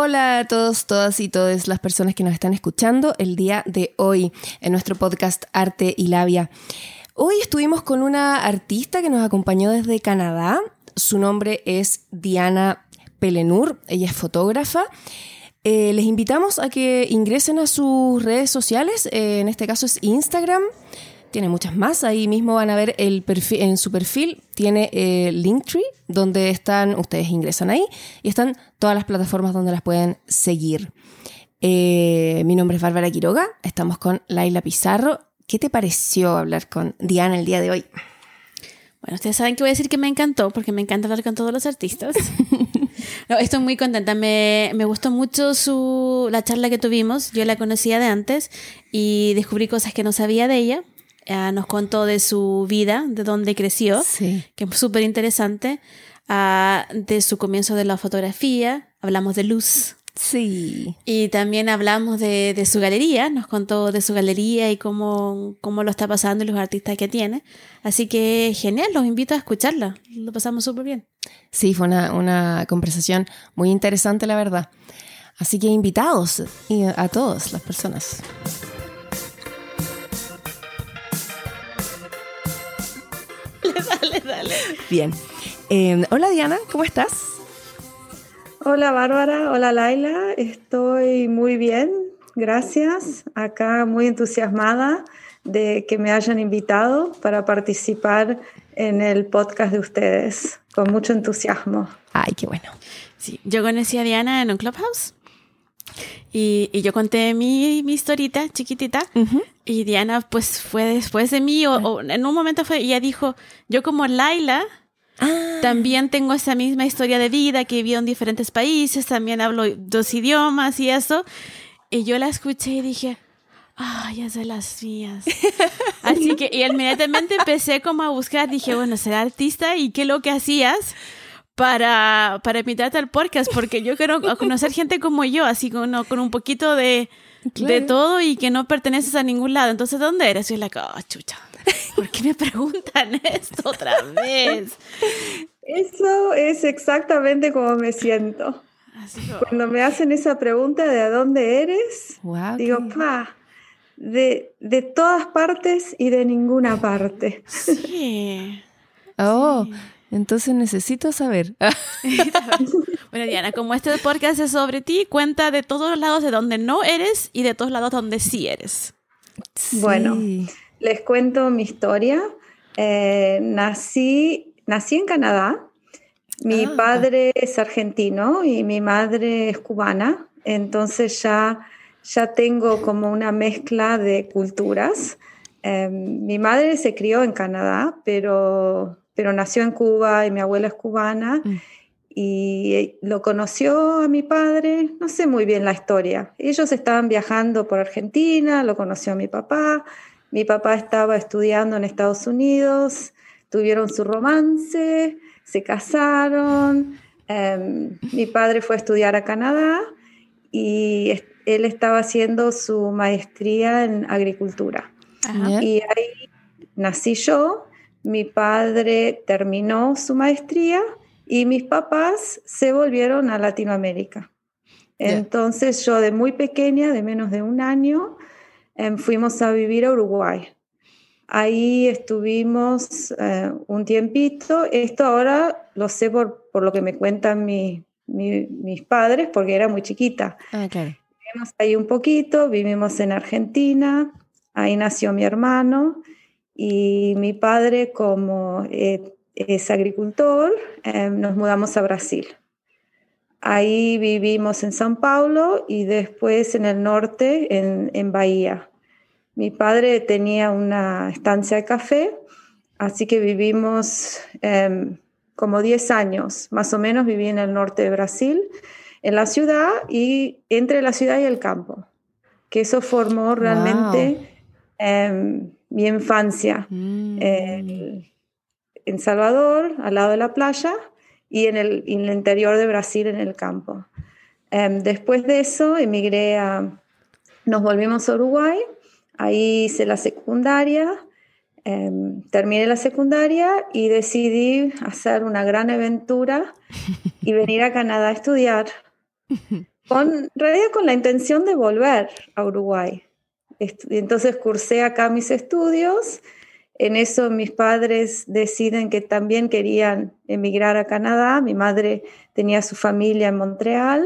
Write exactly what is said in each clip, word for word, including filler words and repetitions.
Hola a todos, todas y todas las personas que nos están escuchando el día de hoy en nuestro podcast Arte y Labia. Hoy estuvimos con una artista que nos acompañó desde Canadá. Su nombre es Diana Pelenur, ella es fotógrafa. Eh, les invitamos a que ingresen a sus redes sociales, eh, en este caso es Instagram. Tiene muchas más, ahí mismo van a ver el perfil, en su perfil tiene eh, Linktree, donde están, ustedes ingresan ahí y están todas las plataformas donde las pueden seguir. Eh, mi nombre es Bárbara Quiroga, estamos con Laila Pizarro. ¿Qué te pareció hablar con Diana el día de hoy? Bueno, ustedes saben que voy a decir que me encantó, porque me encanta hablar con todos los artistas. No, estoy muy contenta, me, me gustó mucho su, la charla que tuvimos. Yo la conocía de antes y descubrí cosas que no sabía de ella. Uh, nos contó de su vida, de dónde creció, sí. que es súper interesante, uh, de su comienzo de la fotografía, hablamos de luz. Sí. Y también hablamos de, de su galería, nos contó de su galería y cómo, cómo lo está pasando y los artistas que tiene. Así que genial, los invito a escucharla, lo pasamos súper bien. Sí, fue una, una conversación muy interesante, la verdad. Así que invitados y a todas las personas. Dale, dale. Bien. Eh, hola Diana, ¿cómo estás? Hola Bárbara, hola Laila, estoy muy bien, gracias. Acá muy entusiasmada de que me hayan invitado para participar en el podcast de ustedes, con mucho entusiasmo. Ay, qué bueno. Sí, yo conocí a Diana en un Clubhouse y, y yo conté mi, mi historita chiquitita. Uh-huh. Y Diana pues fue después de mí o, o en un momento fue, ella dijo, yo como Laila ah. también tengo esa misma historia de vida que vivió en diferentes países, también hablo dos idiomas y eso. Y yo la escuché y dije, ay, ya sé las mías. Así que y inmediatamente empecé como a buscar, dije, bueno, será artista y qué es lo que hacías para, para invitarte al podcast, porque yo quiero conocer gente como yo, así con, con un poquito de... Claro. De todo y que no perteneces a ningún lado. Entonces, ¿dónde eres? Y yo, like, oh, chucha, ¿por qué me preguntan esto otra vez? Eso es exactamente como me siento. Así como... Cuando me hacen esa pregunta de ¿a dónde eres? Wow, digo, okay. pa, de, de todas partes y de ninguna parte. Sí. Oh, sí. Entonces necesito saber. Bueno, Diana, como este podcast es sobre ti, cuenta de todos los lados de donde no eres y de todos lados donde sí eres. Sí. Bueno, les cuento mi historia. Eh, nací, nací en Canadá. Mi ah, padre okay. es argentino y mi madre es cubana. Entonces ya, ya tengo como una mezcla de culturas. Eh, mi madre se crió en Canadá, pero... pero nació en Cuba y mi abuela es cubana mm. y lo conoció a mi padre, no sé muy bien la historia. Ellos estaban viajando por Argentina, lo conoció a mi papá, mi papá estaba estudiando en Estados Unidos, tuvieron su romance, se casaron, um, mi padre fue a estudiar a Canadá y él estaba haciendo su maestría en agricultura. Ajá. Y ahí nací yo. Mi padre terminó su maestría y mis papás se volvieron a Latinoamérica. Yeah. Entonces yo de muy pequeña, de menos de un año, eh, fuimos a vivir a Uruguay. Ahí estuvimos eh, un tiempito. Esto ahora lo sé por, por lo que me cuentan mi, mi, mis padres, porque era muy chiquita. Okay. Vivimos ahí un poquito, vivimos en Argentina, ahí nació mi hermano. Y mi padre, como eh, es agricultor, eh, nos mudamos a Brasil. Ahí vivimos en São Paulo y después en el norte, en, en Bahía. Mi padre tenía una estancia de café, así que vivimos eh, como diez años, más o menos viví en el norte de Brasil, en la ciudad y entre la ciudad y el campo, que eso formó realmente... Wow. Eh, mi infancia mm. eh, en Salvador, al lado de la playa, y en el, en el interior de Brasil, en el campo. Eh, después de eso, emigré a... Nos volvimos a Uruguay, ahí hice la secundaria, eh, terminé la secundaria y decidí hacer una gran aventura y venir a Canadá a estudiar. Con, en realidad con la intención de volver a Uruguay. Entonces cursé acá mis estudios. En eso mis padres deciden que también querían emigrar a Canadá. Mi madre tenía su familia en Montreal.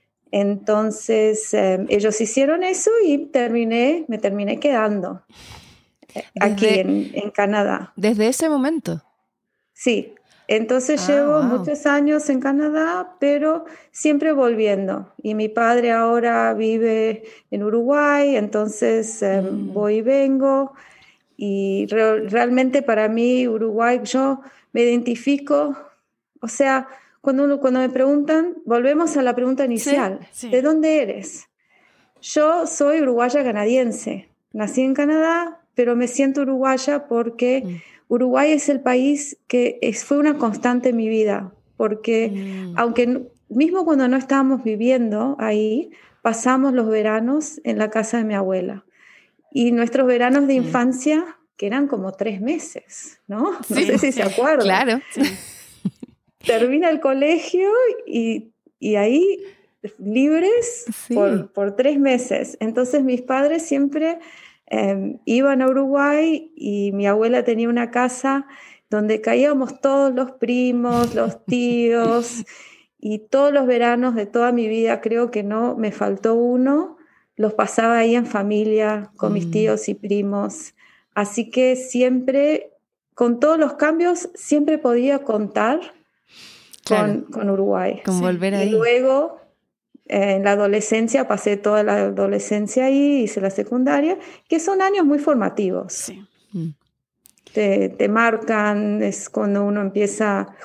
Entonces eh, ellos hicieron eso y terminé, me terminé quedando aquí desde, en, en Canadá. ¿Desde ese momento? Sí. Entonces ah, llevo wow. muchos años en Canadá, pero siempre volviendo. Y mi padre ahora vive en Uruguay, entonces eh, mm. voy y vengo. Y re- realmente para mí Uruguay, yo me identifico, o sea, cuando, uno, cuando me preguntan, volvemos a la pregunta inicial, sí, sí. ¿de dónde eres? Yo soy uruguaya canadiense, nací en Canadá, pero me siento uruguaya porque mm. Uruguay es el país que es, fue una constante en mi vida, porque mm. aunque mismo cuando no estábamos viviendo ahí, pasamos los veranos en la casa de mi abuela. Y nuestros veranos de infancia, mm. que eran como tres meses, ¿no? No sí, sé si se acuerdan. Claro. Sí. Termina el colegio y, y ahí libres sí. por, por tres meses. Entonces mis padres siempre eh, iban a Uruguay y mi abuela tenía una casa donde caíamos todos los primos, los tíos, y todos los veranos de toda mi vida, creo que no me faltó uno, los pasaba ahí en familia, con mm. mis tíos y primos. Así que siempre, con todos los cambios, siempre podía contar Con, claro, con Uruguay. Con sí. volver ahí. Y luego, eh, en la adolescencia, pasé toda la adolescencia ahí, hice la secundaria, que son años muy formativos. Sí. Mm. Te, te marcan, es cuando uno empieza a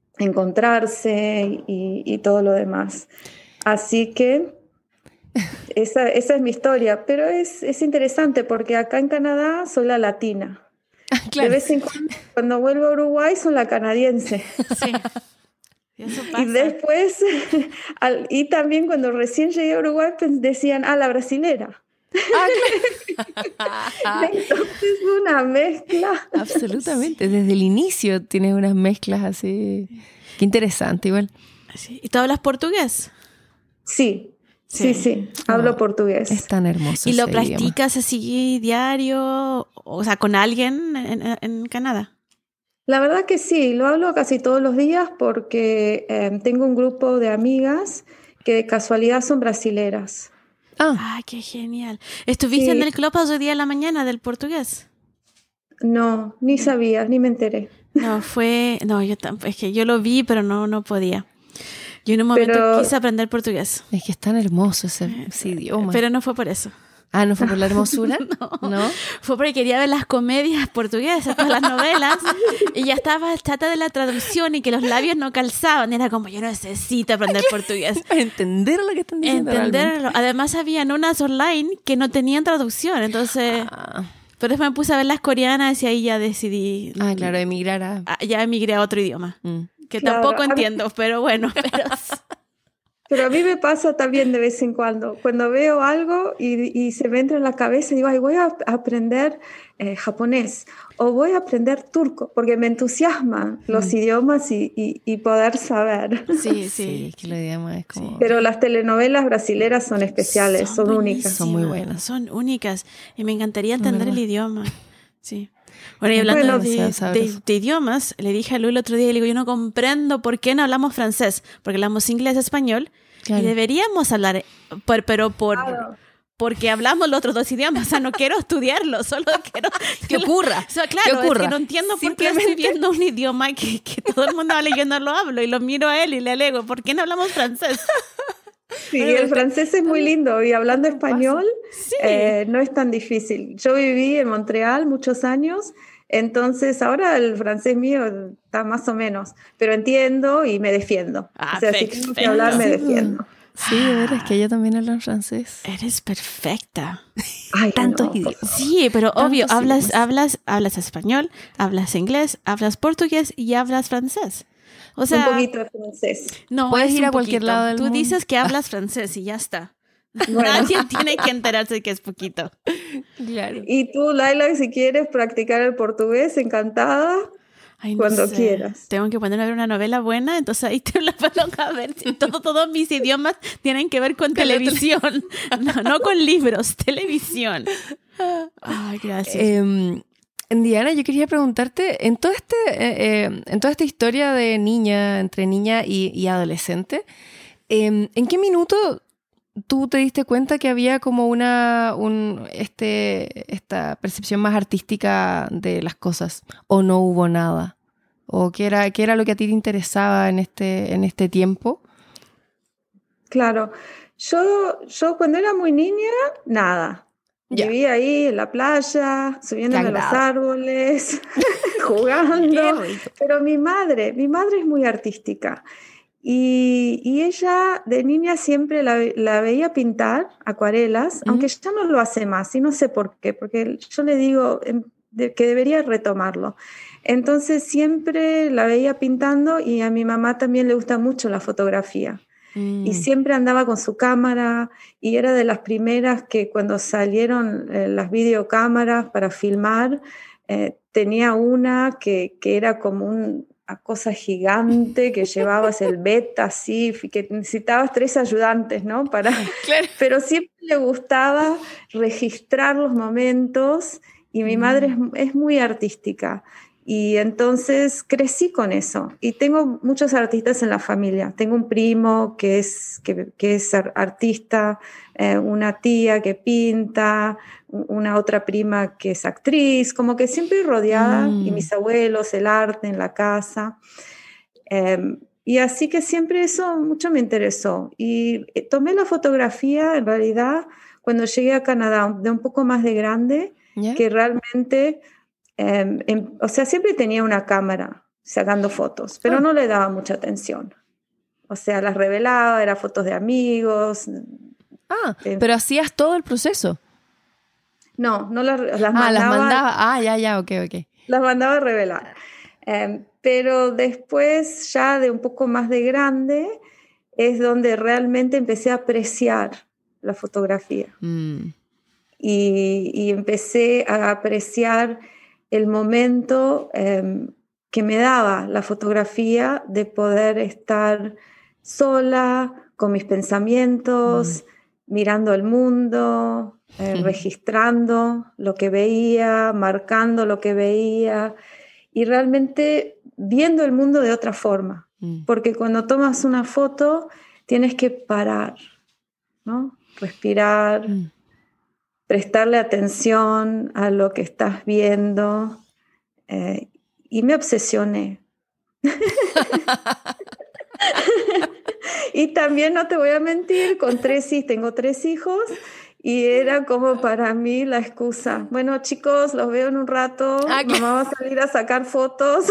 encontrarse y, y todo lo demás. Así que esa, esa es mi historia, pero es, es interesante porque acá en Canadá soy la latina. Claro. De vez en cuando, cuando vuelvo a Uruguay, soy la canadiense. Sí. Eso pasa. Y después, al, y también cuando recién llegué a Uruguay, pues decían, ah, la brasilera. Ah, claro. Entonces, una mezcla. Absolutamente, desde el inicio tienes unas mezclas así. Qué interesante, igual. Sí. ¿Y tú hablas portugués? Sí, sí, sí, sí. hablo oh, portugués. Es tan hermoso. ¿Y lo ese practicas idioma. así diario, o sea, con alguien en, en, en Canadá? La verdad que sí, lo hablo casi todos los días porque eh, tengo un grupo de amigas que de casualidad son brasileras. Ah, ah qué genial. ¿Estuviste sí. en el Clubhouse hoy día en la mañana del portugués? No, ni sabía, ni me enteré. No, fue... No, yo tampoco. Es que yo lo vi, pero no, no podía. Yo en un momento pero, quise aprender portugués. Es que es tan hermoso ese, ese idioma. Pero no fue por eso. Ah, ¿no fue por la hermosura? no, no. Fue porque quería ver las comedias portuguesas, todas las novelas, y ya estaba chata de la traducción y que los labios no calzaban. Era como, yo necesito aprender portugués. Entender lo que están diciendo. Entenderlo. Realmente. Además, habían unas online que no tenían traducción, entonces... Ah. Pero después me puse a ver las coreanas y ahí ya decidí... Ah, claro, emigrar a... a ya emigré a otro idioma, mm. que claro, tampoco entiendo, pero bueno, pero... Pero a mí me pasa también de vez en cuando, cuando veo algo y, y se me entra en la cabeza y digo, ay, voy a aprender eh, japonés o voy a aprender turco, porque me entusiasman los mm. idiomas y, y, y poder saber. Sí, sí, sí, que el idioma es como... Sí. Pero las telenovelas brasileras son especiales, son, son únicas. Son muy buenas. Son únicas y me encantaría entender el idioma, sí. Bueno, y hablando bueno, de, de, de idiomas, le dije a Lu el otro día, y le digo, yo no comprendo por qué no hablamos francés, porque hablamos inglés, español, claro. y deberíamos hablar, por, pero por... Claro. Porque hablamos los otros dos idiomas, o sea, no quiero estudiarlo, solo quiero que ocurra. O sea, claro, que ocurra. Es que no entiendo por qué estoy viendo un idioma que, que todo el mundo habla y yo no lo hablo, y lo miro a él y le alego, ¿por qué no hablamos francés? Sí, bueno, el francés es muy lindo y hablando español sí. eh, no es tan difícil. Yo viví en Montreal muchos años, entonces ahora el francés mío está más o menos, pero entiendo y me defiendo. Ah, o sea, perfecto. si tengo que hablar, me defiendo. Sí, de verdad, es que ella también habla francés. Eres perfecta. Ay, tantos no, idiomas. Sí, pero Tantos obvio, hablas, idiomas. hablas, hablas español, hablas inglés, hablas portugués y hablas francés. O sea, un poquito de francés. No, puedes ir a poquito. cualquier lado del Tú mundo. dices que hablas francés y ya está. Bueno. Nadie tiene que enterarse de que es poquito. Claro. Y tú, Laila, si quieres practicar el portugués, encantada. Ay, no cuando sé. quieras. Tengo que poner a ver una novela buena, entonces ahí te la pongo a ver. Si todo, todos mis idiomas tienen que ver con, con televisión, no, no con libros, televisión. Ay, gracias. Eh, Diana, yo quería preguntarte, en todo este, eh, eh, en toda esta historia de niña, entre niña y, y adolescente, eh, ¿en qué minuto tú te diste cuenta que había como una un, este, esta percepción más artística de las cosas? ¿O no hubo nada? ¿O qué era, qué era lo que a ti te interesaba en este, en este tiempo? Claro, yo, yo cuando era muy niña, nada. Ya. Vivía ahí en la playa, subiéndome a los árboles, jugando. Pero mi madre, mi madre es muy artística. Y, y ella de niña siempre la, la veía pintar acuarelas, uh-huh. aunque ya no lo hace más, y no sé por qué, porque yo le digo de, que debería retomarlo. Entonces siempre la veía pintando y a mi mamá también le gusta mucho la fotografía. Mm. Y siempre andaba con su cámara y era de las primeras que cuando salieron eh, las videocámaras para filmar, eh, tenía una que, que era como un... cosa gigante que llevabas el beta así, que necesitabas tres ayudantes, ¿no? Para, claro. Pero siempre le gustaba registrar los momentos y mi mm. madre es, es muy artística y entonces crecí con eso y tengo muchos artistas en la familia. Tengo un primo que es, que, que es artista, eh, una tía que pinta, una otra prima que es actriz, como que siempre rodeada, mm. y mis abuelos, el arte en la casa. Eh, y así que siempre eso mucho me interesó. Y tomé la fotografía, en realidad, cuando llegué a Canadá, de un poco más de grande, ¿yeah? que realmente, eh, en, o sea, siempre tenía una cámara sacando fotos, pero oh. no le daba mucha atención. O sea, las revelaba, eran fotos de amigos. Ah, eh, pero hacías todo el proceso. No, no las, las ah, mandaba. las mandaba. Ah, ya, ya, ok, ok. Las mandaba a revelar. Eh, pero después, ya de un poco más de grande, es donde realmente empecé a apreciar la fotografía. Mm. Y, y empecé a apreciar el momento eh, que me daba la fotografía de poder estar sola, con mis pensamientos, mm. mirando el mundo, eh, mm. registrando lo que veía, marcando lo que veía y realmente viendo el mundo de otra forma. Mm. Porque cuando tomas una foto tienes que parar, ¿no? Respirar, mm. prestarle atención a lo que estás viendo. Eh, y me obsesioné. Y también, no te voy a mentir, con tres, tengo tres hijos y era como para mí la excusa. Bueno, chicos, los veo en un rato, ah, mamá va a salir a sacar fotos.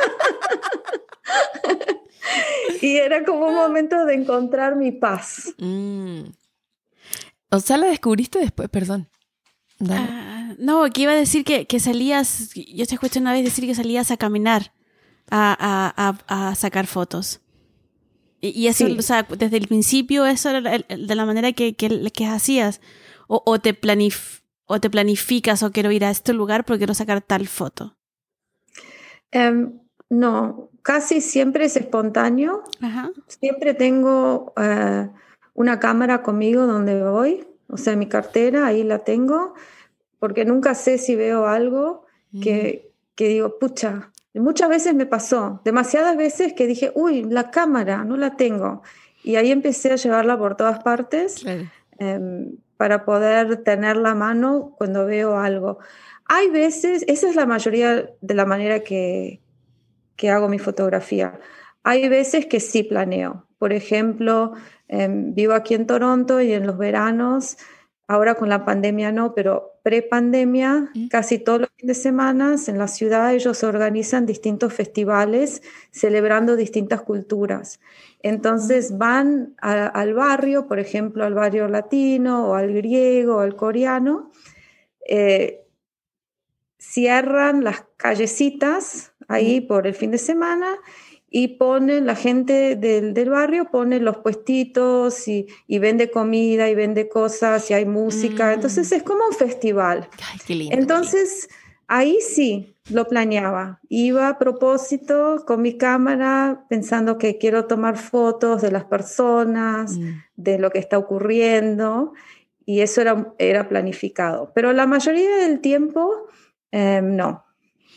Y era como un momento de encontrar mi paz. Mm. O sea, la descubriste después, perdón. Uh, no, que iba a decir que, que salías, yo te escuché una vez decir que salías a caminar a, a, a, a sacar fotos. Y, y eso, sí. O sea, desde el principio eso era de la manera que, que, que hacías. O, o, te planif, o te planificas o quiero ir a este lugar porque quiero sacar tal foto. Um, no, casi siempre es espontáneo. Ajá. Siempre tengo uh, una cámara conmigo donde voy. O sea, mi cartera, ahí la tengo, porque nunca sé si veo algo que, mm. que digo, pucha, muchas veces me pasó, demasiadas veces que dije, uy, la cámara, no la tengo. Y ahí empecé a llevarla por todas partes, claro. eh, para poder tenerla a mano cuando veo algo. Hay veces, esa es la mayoría de la manera que, que hago mi fotografía. Hay veces que sí planeo. Por ejemplo, eh, vivo aquí en Toronto y en los veranos, ahora con la pandemia no, pero pre-pandemia, ¿Mm? Casi todos los fines de semana en la ciudad ellos organizan distintos festivales celebrando distintas culturas. Entonces van a, al barrio, por ejemplo, al barrio latino o al griego o al coreano, eh, cierran las callecitas ahí ¿Mm? Por el fin de semana y ponen, la gente del, del barrio pone los puestitos y, y vende comida y vende cosas y hay música. Mm. Entonces es como un festival. Ay, qué lindo. Entonces Ahí sí, lo planeaba. Iba a propósito con mi cámara pensando que quiero tomar fotos de las personas, mm. de lo que está ocurriendo, y eso era, era planificado. Pero la mayoría del tiempo, eh, no.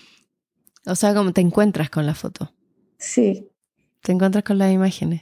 O sea, ¿cómo te encuentras con la foto? Sí. Te encuentras con las imágenes.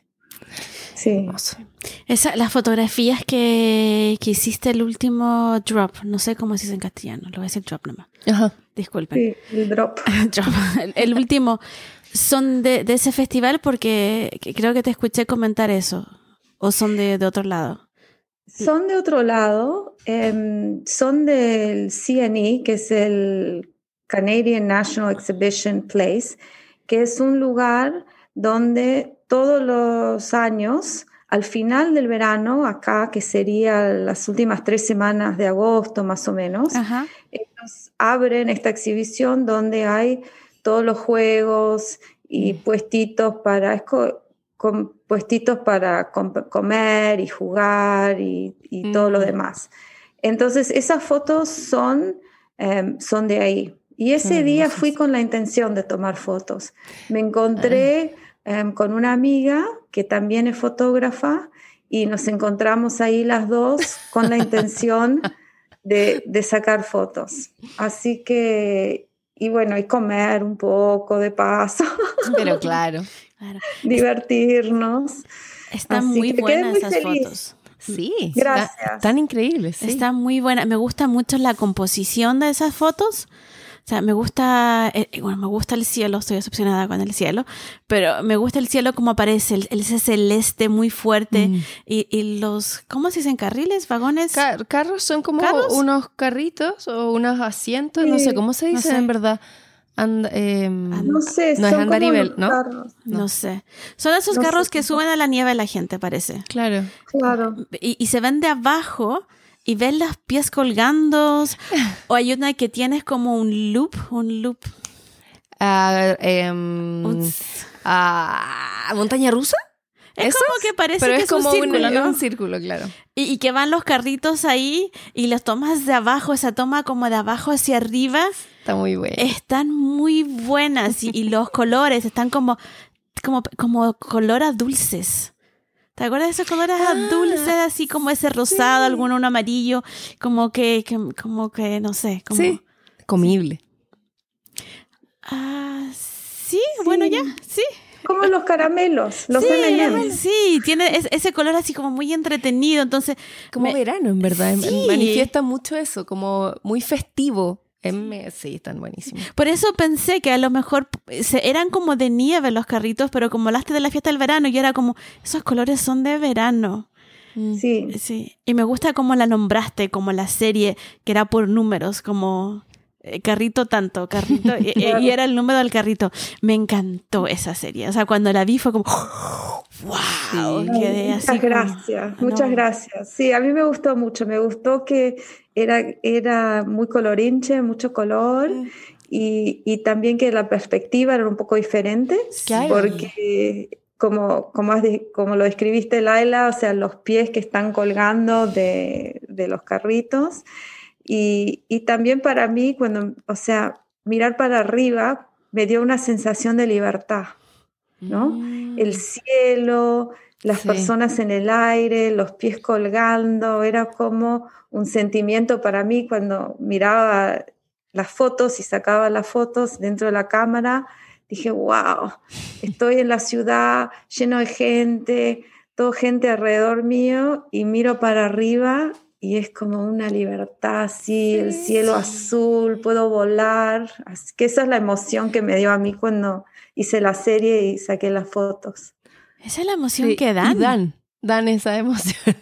Sí. Esa, las fotografías que, que hiciste el último drop, no sé cómo se dice en castellano, lo voy a decir drop nomás. Ajá. Disculpen. Sí, el drop. drop. El, el último, ¿son de, de ese festival? Porque creo que te escuché comentar eso. ¿O son de, de otro lado? Son de otro lado. Eh, son del C N E, que es el Canadian National Exhibition Place, que es un lugar donde todos los años, al final del verano, acá que sería las últimas tres semanas de agosto más o menos, Ajá. ellos abren esta exhibición donde hay todos los juegos y mm. puestitos para, es co- con, puestitos para com- comer y jugar y, y mm. todo lo demás. Entonces esas fotos son, um, son de ahí. Y ese mm, día fui con la intención de tomar fotos. Me encontré um, con una amiga que también es fotógrafa y nos encontramos ahí las dos con la intención de, de sacar fotos. Así que, y bueno, y comer un poco de paso. Pero claro. claro. Divertirnos. Están Así muy buenas muy esas feliz. Fotos. Sí, gracias. Está, tan increíbles. Sí. Está muy buena. Me gusta mucho la composición de esas fotos. O sea, me gusta, eh, bueno, me gusta el cielo, estoy obsesionada con el cielo, pero me gusta el cielo como aparece, el, ese celeste muy fuerte mm. y, y los, ¿cómo se dicen? ¿Carriles? ¿Vagones? Car- carros son como ¿Carros? unos carritos o unos asientos, sí. no sé, ¿cómo se dice no sé. en verdad? And, eh, no sé, no son es andarivel, como ¿no? Carros. No. no sé. Son esos no carros sé. que suben a la nieve la gente, parece. Claro. Claro. Y, y se ven de abajo y ves los pies colgando. O hay una que tienes como un loop, un loop. Uh, um, uh, ¿Montaña rusa? Es ¿Eso? como que parece Pero que es, es como un círculo, un, ¿no? un círculo, claro. Y, y que van los carritos ahí y los tomas de abajo, esa toma como de abajo hacia arriba. Está muy buena. Están muy buenas y, y los colores están como, como, como colores dulces. ¿Te acuerdas de esos colores ah, dulces, así como ese rosado, sí. alguno un amarillo, como que, que, como que, no sé, como... Sí, comible. Ah, sí, sí, bueno, ya, sí. Como los caramelos, los sí, eme and eme. Sí, tiene es, ese color así como muy entretenido, entonces... Como me, verano, en verdad, sí. manifiesta mucho eso, como muy festivo. M, sí, están buenísimos. Por eso pensé que a lo mejor se, eran como de nieve los carritos, pero como hablaste de la fiesta del verano, y era como, esos colores son de verano. Sí. Sí. Y me gusta cómo la nombraste, como la serie, que era por números, como eh, carrito tanto, carrito, y, claro. y era el número del carrito. Me encantó esa serie. O sea, cuando la vi fue como, wow. Sí. Quedé muchas así gracias, como, muchas no. gracias. Sí, a mí me gustó mucho, me gustó que Era, era muy colorinche, mucho color mm. y, y también que la perspectiva era un poco diferente claro. porque como, como, has, como lo describiste Laila, o sea, los pies que están colgando de, de los carritos y, y también para mí, cuando, o sea, mirar para arriba me dio una sensación de libertad, ¿no? Mm. El cielo, las sí. personas en el aire, los pies colgando, era como un sentimiento para mí cuando miraba las fotos y sacaba las fotos dentro de la cámara, dije, wow, estoy en la ciudad, lleno de gente, toda gente alrededor mío y miro para arriba y es como una libertad así, sí. el cielo azul, puedo volar, así que esa es la emoción que me dio a mí cuando hice la serie y saqué las fotos. Esa es la emoción sí, que dan. Y dan, dan esa emoción.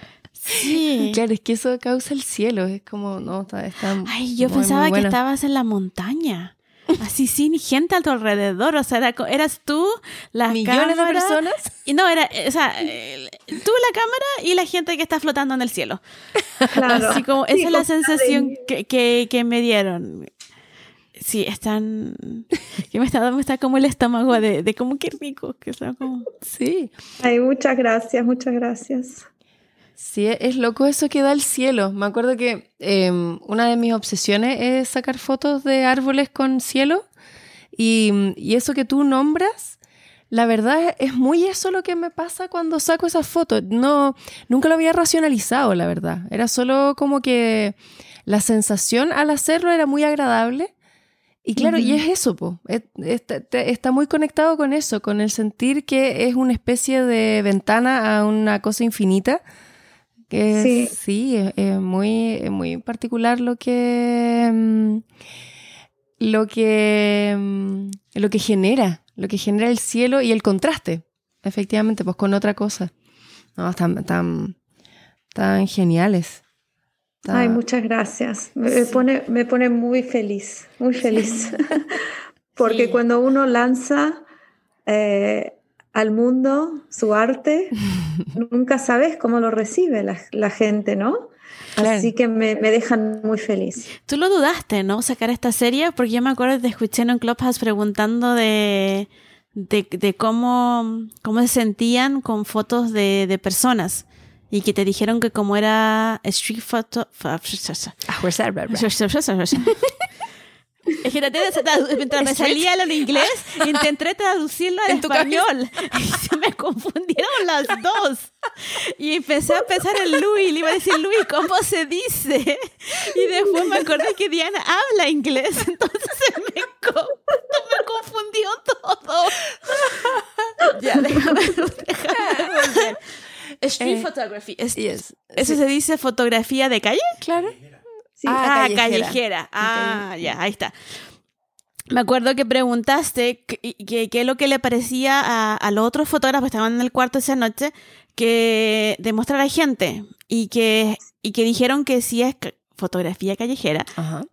Sí. Claro, es que eso causa el cielo, es como, no, está, está Ay, yo muy, pensaba muy que estabas en la montaña, así sin gente a tu alrededor, o sea, era, eras tú, las millones cámaras, de personas. Y no, era, o sea, tú, la cámara y la gente que está flotando en el cielo. Claro. Así como, esa sí, es la sensación que, que, que me dieron. Sí, están... que me está, me está como el estómago de, de como qué rico. Que está como... Sí. Ay, muchas gracias, muchas gracias. Sí, es loco eso que da el cielo. Me acuerdo que eh, una de mis obsesiones es sacar fotos de árboles con cielo y, y eso que tú nombras, la verdad es muy eso lo que me pasa cuando saco esas fotos. No, nunca lo había racionalizado, la verdad. Era solo como que la sensación al hacerlo era muy agradable. Y claro, uh-huh. y es eso, po. Está, está muy conectado con eso, con el sentir que es una especie de ventana a una cosa infinita. Que sí, es, sí es, es muy, es muy particular lo que, lo que, lo que genera, lo que genera el cielo y el contraste, efectivamente, pues con otra cosa. No, están tan, tan geniales. Tan... Ay, muchas gracias. Me, sí. pone, me pone muy feliz, muy feliz. Sí. Porque sí. cuando uno lanza eh, al mundo su arte, nunca sabes cómo lo recibe la, la gente, ¿no? Claro. Así que me, me dejan muy feliz. Tú lo dudaste, ¿no? Sacar esta serie, porque yo me acuerdo que te escuché en un Clubhouse preguntando de, de, de cómo, cómo se sentían con fotos de, de personas. Y que te dijeron que como era street photo... Es que traté de, mientras me salía lo en inglés, intenté traducirlo en español. Y se me confundieron las dos. Y empecé a pensar en Luis. Le iba a decir, Luis, ¿cómo se dice? Y después me acordé que Diana habla inglés. Entonces se me, me confundió todo. Ya, déjame, déjame volver. Street eh, photography. Es, yes, ¿Eso sí. se dice fotografía de calle? Claro. Sí, ah, callejera. callejera. Ah, callejera. Ya, ahí está. Me acuerdo que preguntaste qué que, que es lo que le parecía a, a los otros fotógrafos que estaban en el cuarto esa noche, que demostrar a gente y que, y que dijeron que si es fotografía callejera, uh-huh.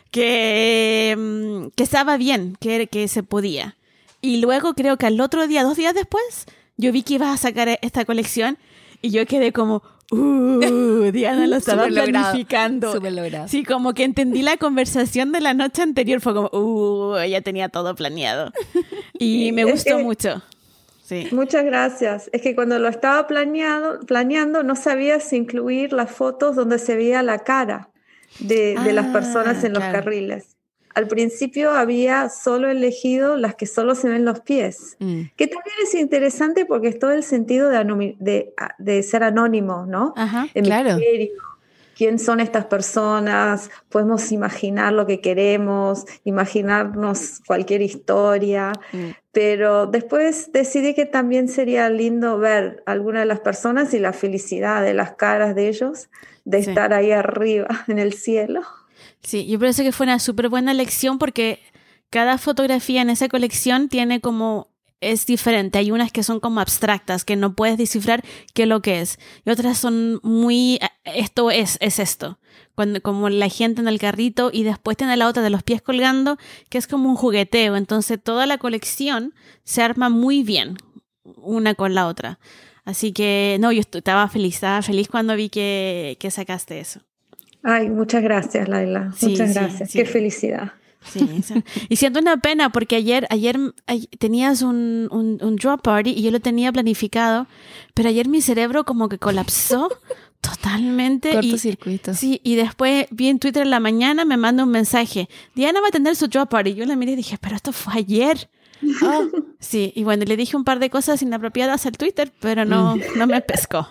que, que estaba bien, que, que se podía. Y luego creo que al otro día, dos días después, yo vi que ibas a sacar esta colección y yo quedé como... Uh, Diana lo estaba Super planificando. Súper logrado. Sí, como que entendí la conversación de la noche anterior. Fue como, uh, ella tenía todo planeado. Y me gustó que, mucho. Sí. Muchas gracias. Es que cuando lo estaba planeado, planeando, no sabía si incluir las fotos donde se veía la cara de, ah, de las personas en los claro. carriles. Al principio había solo elegido las que solo se ven los pies, mm. que también es interesante porque es todo el sentido de, anomi- de, de ser anónimo, ¿no? Ajá, el claro. misterio. ¿Quién son estas personas? Podemos imaginar lo que queremos, imaginarnos cualquier historia, mm. pero después decidí que también sería lindo ver algunas de las personas y la felicidad de las caras de ellos, de sí. estar ahí arriba en el cielo. Sí, yo pienso que fue una súper buena elección porque cada fotografía en esa colección tiene como, es diferente. Hay unas que son como abstractas, que no puedes descifrar qué es lo que es. Y otras son muy, esto es, es esto. Cuando, como la gente en el carrito y después tiene la otra de los pies colgando, que es como un jugueteo. Entonces toda la colección se arma muy bien, una con la otra. Así que, no, yo estaba feliz, estaba feliz cuando vi que, que sacaste eso. Ay, muchas gracias, Laila. Sí, muchas sí, gracias. Sí. Qué felicidad. Sí, sí. Y siento una pena porque ayer, ayer, ayer tenías un, un, un drop party y yo lo tenía planificado, pero ayer mi cerebro como que colapsó totalmente. Cortocircuito. Y, sí, y después vi en Twitter en la mañana, me manda un mensaje. Diana va a tener su drop party. Yo la miré y dije, pero esto fue ayer. Oh, sí, y bueno, le dije un par de cosas inapropiadas al Twitter, pero no, mm. no me pescó.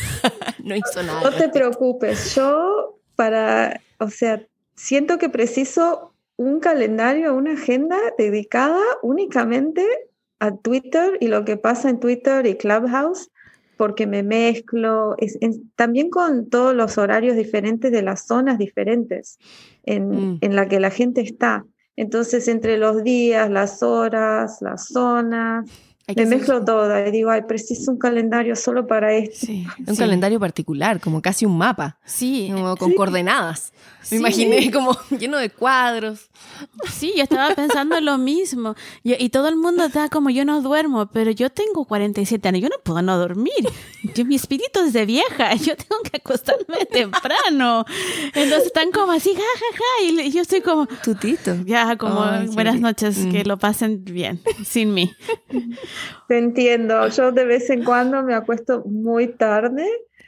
No hizo nada. No te preocupes, yo para, o sea, siento que preciso un calendario, una agenda dedicada únicamente a Twitter y lo que pasa en Twitter y Clubhouse, porque me mezclo, es, en, también con todos los horarios diferentes de las zonas diferentes en, mm. en la que la gente está. Entonces, entre los días, las horas, las zonas, me mezclo ser... todo. Y digo, ay, preciso un calendario solo para esto. Sí, un sí. calendario particular, como casi un mapa. Sí. Como con sí. coordenadas. Me sí. imaginé como lleno de cuadros. Sí, yo estaba pensando lo mismo. Y, y todo el mundo está como, yo no duermo, pero yo tengo cuarenta y siete años, yo no puedo no dormir. Yo, mi espíritu es de vieja, yo tengo que acostarme temprano. Entonces están como así, ja, ja, ja. Y yo estoy como... Tutito. Ya, como, oh, buenas sí. noches, mm. que lo pasen bien, sin mí. Te entiendo. Yo de vez en cuando me acuesto muy tarde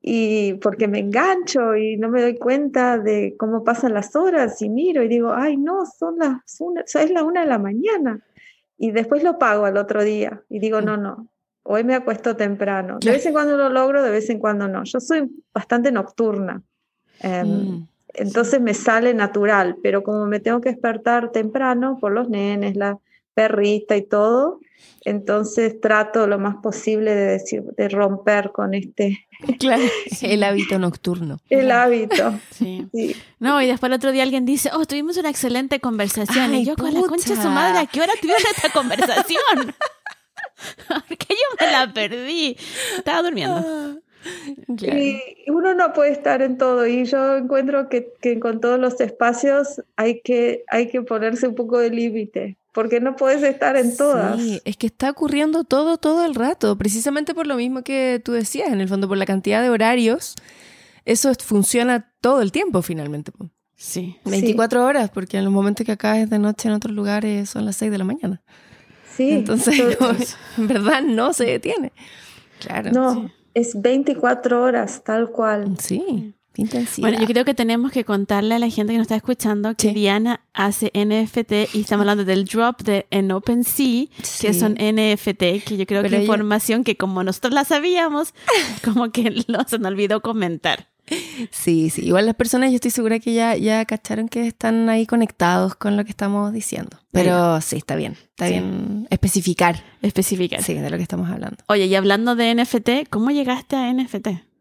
y porque me engancho y no me doy cuenta de cómo pasan las horas y miro y digo, ay no, son las una, es la una de la mañana. Y después lo pago al otro día y digo, no, no, hoy me acuesto temprano. De vez en cuando lo logro, de vez en cuando no. Yo soy bastante nocturna. Um, mm, entonces sí. Me sale natural, pero como me tengo que despertar temprano por los nenes, la perrita y todo, entonces trato lo más posible de, decir, de romper con este... Claro, sí. El hábito nocturno. El hábito. Sí. Sí. No, y después el otro día alguien dice, oh, tuvimos una excelente conversación. Ay, y yo pucha. Con la concha de su madre, ¿a qué hora tuvieron esta conversación? Porque yo me la perdí. Estaba durmiendo. Ah. Claro. Y uno no puede estar en todo y yo encuentro que, que con todos los espacios hay que, hay que ponerse un poco de límite porque no puedes estar en todas. Sí, es que está ocurriendo todo, todo el rato, precisamente por lo mismo que tú decías, en el fondo por la cantidad de horarios, eso funciona todo el tiempo finalmente. Sí. veinticuatro sí. horas, porque en los momentos que acá es de noche en otros lugares son las seis de la mañana. Sí. Entonces, entonces en verdad no se detiene. Claro. No. Sí. Es veinticuatro horas, tal cual. Sí, intensidad. Bueno, yo creo que tenemos que contarle a la gente que nos está escuchando que sí. Diana hace N F T y estamos hablando del drop de en OpenSea, sí. que son N F T, que yo creo Pero que es ella... información que como nosotros la sabíamos, como que no, se nos olvidó comentar. Sí, sí. Igual las personas, yo estoy segura que ya, ya cacharon que están ahí conectados con lo que estamos diciendo. Pero sí, sí está bien. Está sí. bien especificar. Especificar. Sí, de lo que estamos hablando. Oye, y hablando de N F T, ¿cómo llegaste a N F T?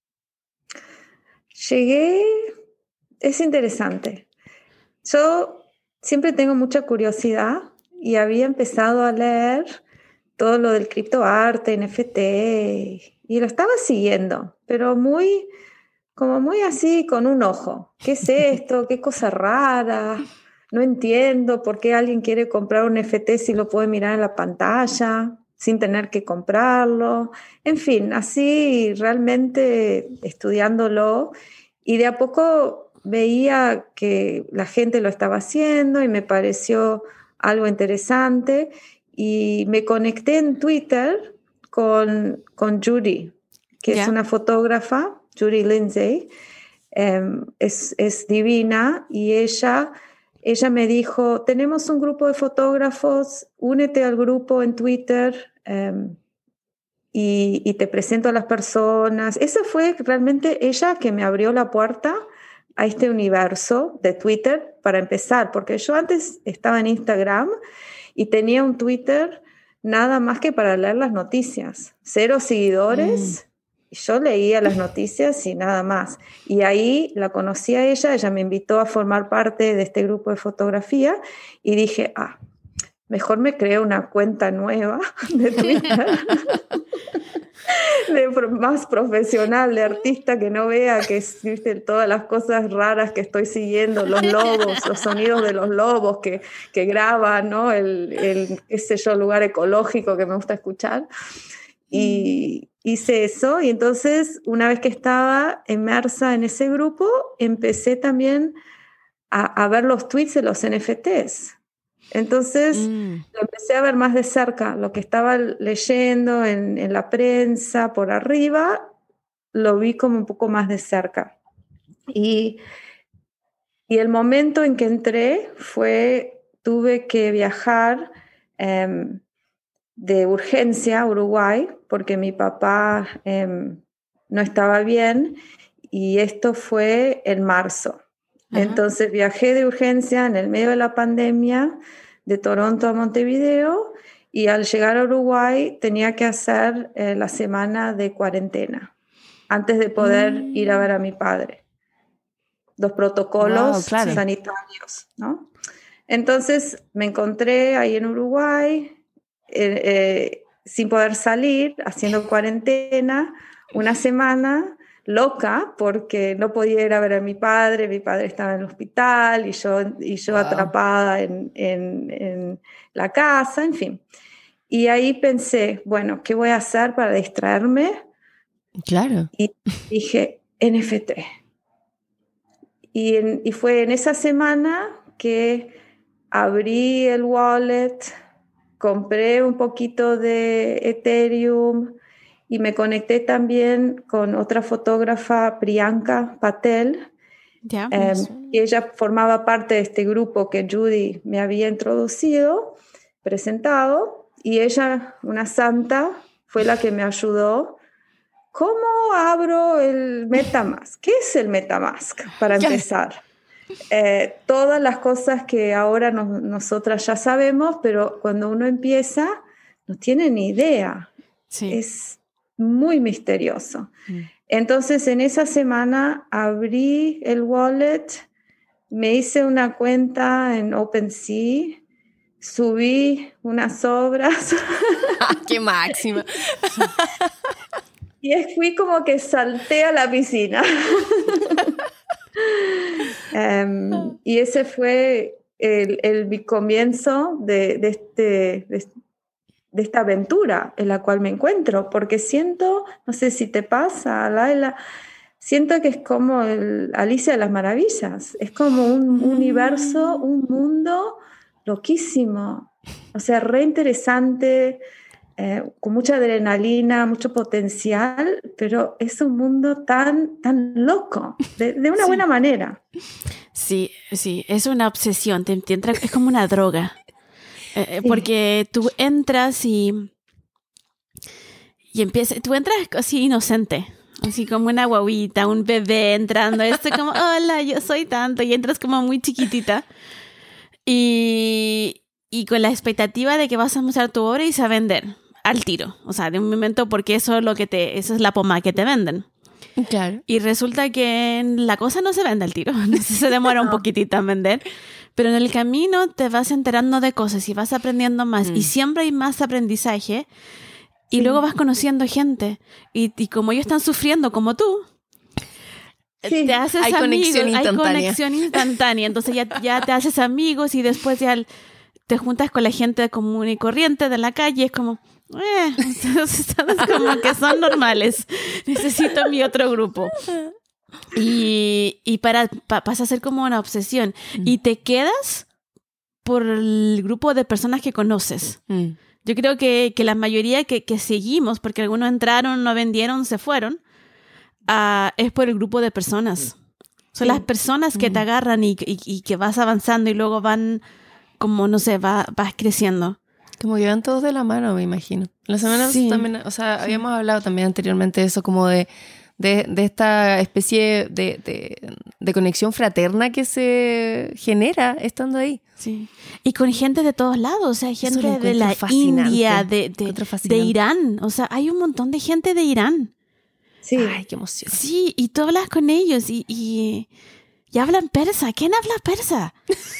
Llegué... Es interesante. Yo siempre tengo mucha curiosidad y había empezado a leer todo lo del criptoarte, N F T, y lo estaba siguiendo, pero muy... como muy así, con un ojo. ¿Qué es esto? ¿Qué cosa rara? No entiendo por qué alguien quiere comprar un N F T si lo puede mirar en la pantalla, sin tener que comprarlo. En fin, así realmente estudiándolo. Y de a poco veía que la gente lo estaba haciendo y me pareció algo interesante. Y me conecté en Twitter con, con Judy, que yeah. es una fotógrafa, Judy Lindsay, um, es, es divina y ella, ella me dijo, tenemos un grupo de fotógrafos, únete al grupo en Twitter um, y, y te presento a las personas. Esa fue realmente ella que me abrió la puerta a este universo de Twitter para empezar, porque yo antes estaba en Instagram y tenía un Twitter nada más que para leer las noticias, cero seguidores. Mm. Yo leía las noticias y nada más. Y ahí la conocí a ella, ella me invitó a formar parte de este grupo de fotografía y dije, ah, mejor me creo una cuenta nueva de Twitter, de más profesional, de artista que no vea que existen todas las cosas raras que estoy siguiendo, los lobos, los sonidos de los lobos que, que graban, ¿no? El, el, qué sé yo, lugar ecológico que me gusta escuchar. Y hice eso y entonces una vez que estaba inmersa en ese grupo empecé también a, a ver los tweets de los N F Ts. Entonces mm. lo empecé a ver más de cerca, lo que estaba leyendo en, en la prensa por arriba, lo vi como un poco más de cerca. Y, y el momento en que entré fue, tuve que viajar eh, de urgencia a Uruguay porque mi papá eh, no estaba bien y esto fue en marzo. Ajá. Entonces viajé de urgencia en el medio de la pandemia de Toronto a Montevideo y al llegar a Uruguay tenía que hacer eh, la semana de cuarentena antes de poder mm. ir a ver a mi padre. Los protocolos wow, claro. sanitarios, ¿no? Entonces me encontré ahí en Uruguay Eh, eh, sin poder salir, haciendo cuarentena, una semana loca, porque no podía ir a ver a mi padre, mi padre estaba en el hospital y yo, y yo wow. atrapada en, en, en la casa, en fin. Y ahí pensé, bueno, ¿qué voy a hacer para distraerme? Claro. Y dije, N F T. Y, en, y fue en esa semana que abrí el wallet, compré un poquito de Ethereum y me conecté también con otra fotógrafa, Priyanka Patel, Ya. eh, y ella formaba parte de este grupo que Judy me había introducido, presentado, y ella, una santa, fue la que me ayudó. ¿Cómo abro el MetaMask? ¿Qué es el MetaMask? Para empezar. Eh, todas las cosas que ahora nos, nosotras ya sabemos, pero cuando uno empieza, no tiene ni idea. Sí. Es muy misterioso. Mm. Entonces, en esa semana abrí el wallet, me hice una cuenta en OpenSea, subí unas obras. ¡Qué máxima! Y fui como que salté a la piscina. um, y ese fue el, el comienzo de, de, este, de, de esta aventura en la cual me encuentro, porque siento, no sé si te pasa, Laila, siento que es como el Alicia de las Maravillas, es como un mm. universo, un mundo loquísimo, o sea, re interesante, eh, con mucha adrenalina, mucho potencial, pero es un mundo tan, tan loco, de, de una sí. buena manera. Sí, sí, es una obsesión, te, te entra, es como una droga. Eh, sí. Porque tú entras y, y empiezas, tú entras así inocente, así como una guaguita, un bebé entrando, esto como, hola, yo soy tanto, y entras como muy chiquitita y, y con la expectativa de que vas a mostrar tu obra y se va a vender al tiro, o sea, de un momento, porque eso es lo que te, eso es la pomada que te venden. Claro. Y resulta que la cosa no se vende al tiro, se demora un poquitito en vender. Pero en el camino te vas enterando de cosas y vas aprendiendo más. Mm. Y siempre hay más aprendizaje. Y sí. luego vas conociendo gente. Y, y como ellos están sufriendo como tú, sí. te haces hay amigos. Conexión hay conexión instantánea. Entonces ya, ya te haces amigos y después ya te juntas con la gente común y corriente de la calle. Es como, eh, ustedes como que son normales. Necesito mi otro grupo. Y, y para, pa, pasa a ser como una obsesión. Mm. Y te quedas por el grupo de personas que conoces. Mm. Yo creo que, que la mayoría que, que seguimos, porque algunos entraron, no vendieron, se fueron, uh, es por el grupo de personas. Son sí. las personas que mm. te agarran y, y, y que vas avanzando y luego van, como no sé, va, vas creciendo. Como que van todos de la mano, me imagino. La semana sí. también, o sea, sí. habíamos hablado también anteriormente de eso, como de De, de esta especie de, de, de conexión fraterna que se genera estando ahí. Sí. Y con gente de todos lados, o sea, gente de la India, de, de, de Irán, o sea, hay un montón de gente de Irán. Sí. Ay, qué emoción. Sí, y tú hablas con ellos y, y, y hablan persa. ¿Quién habla persa?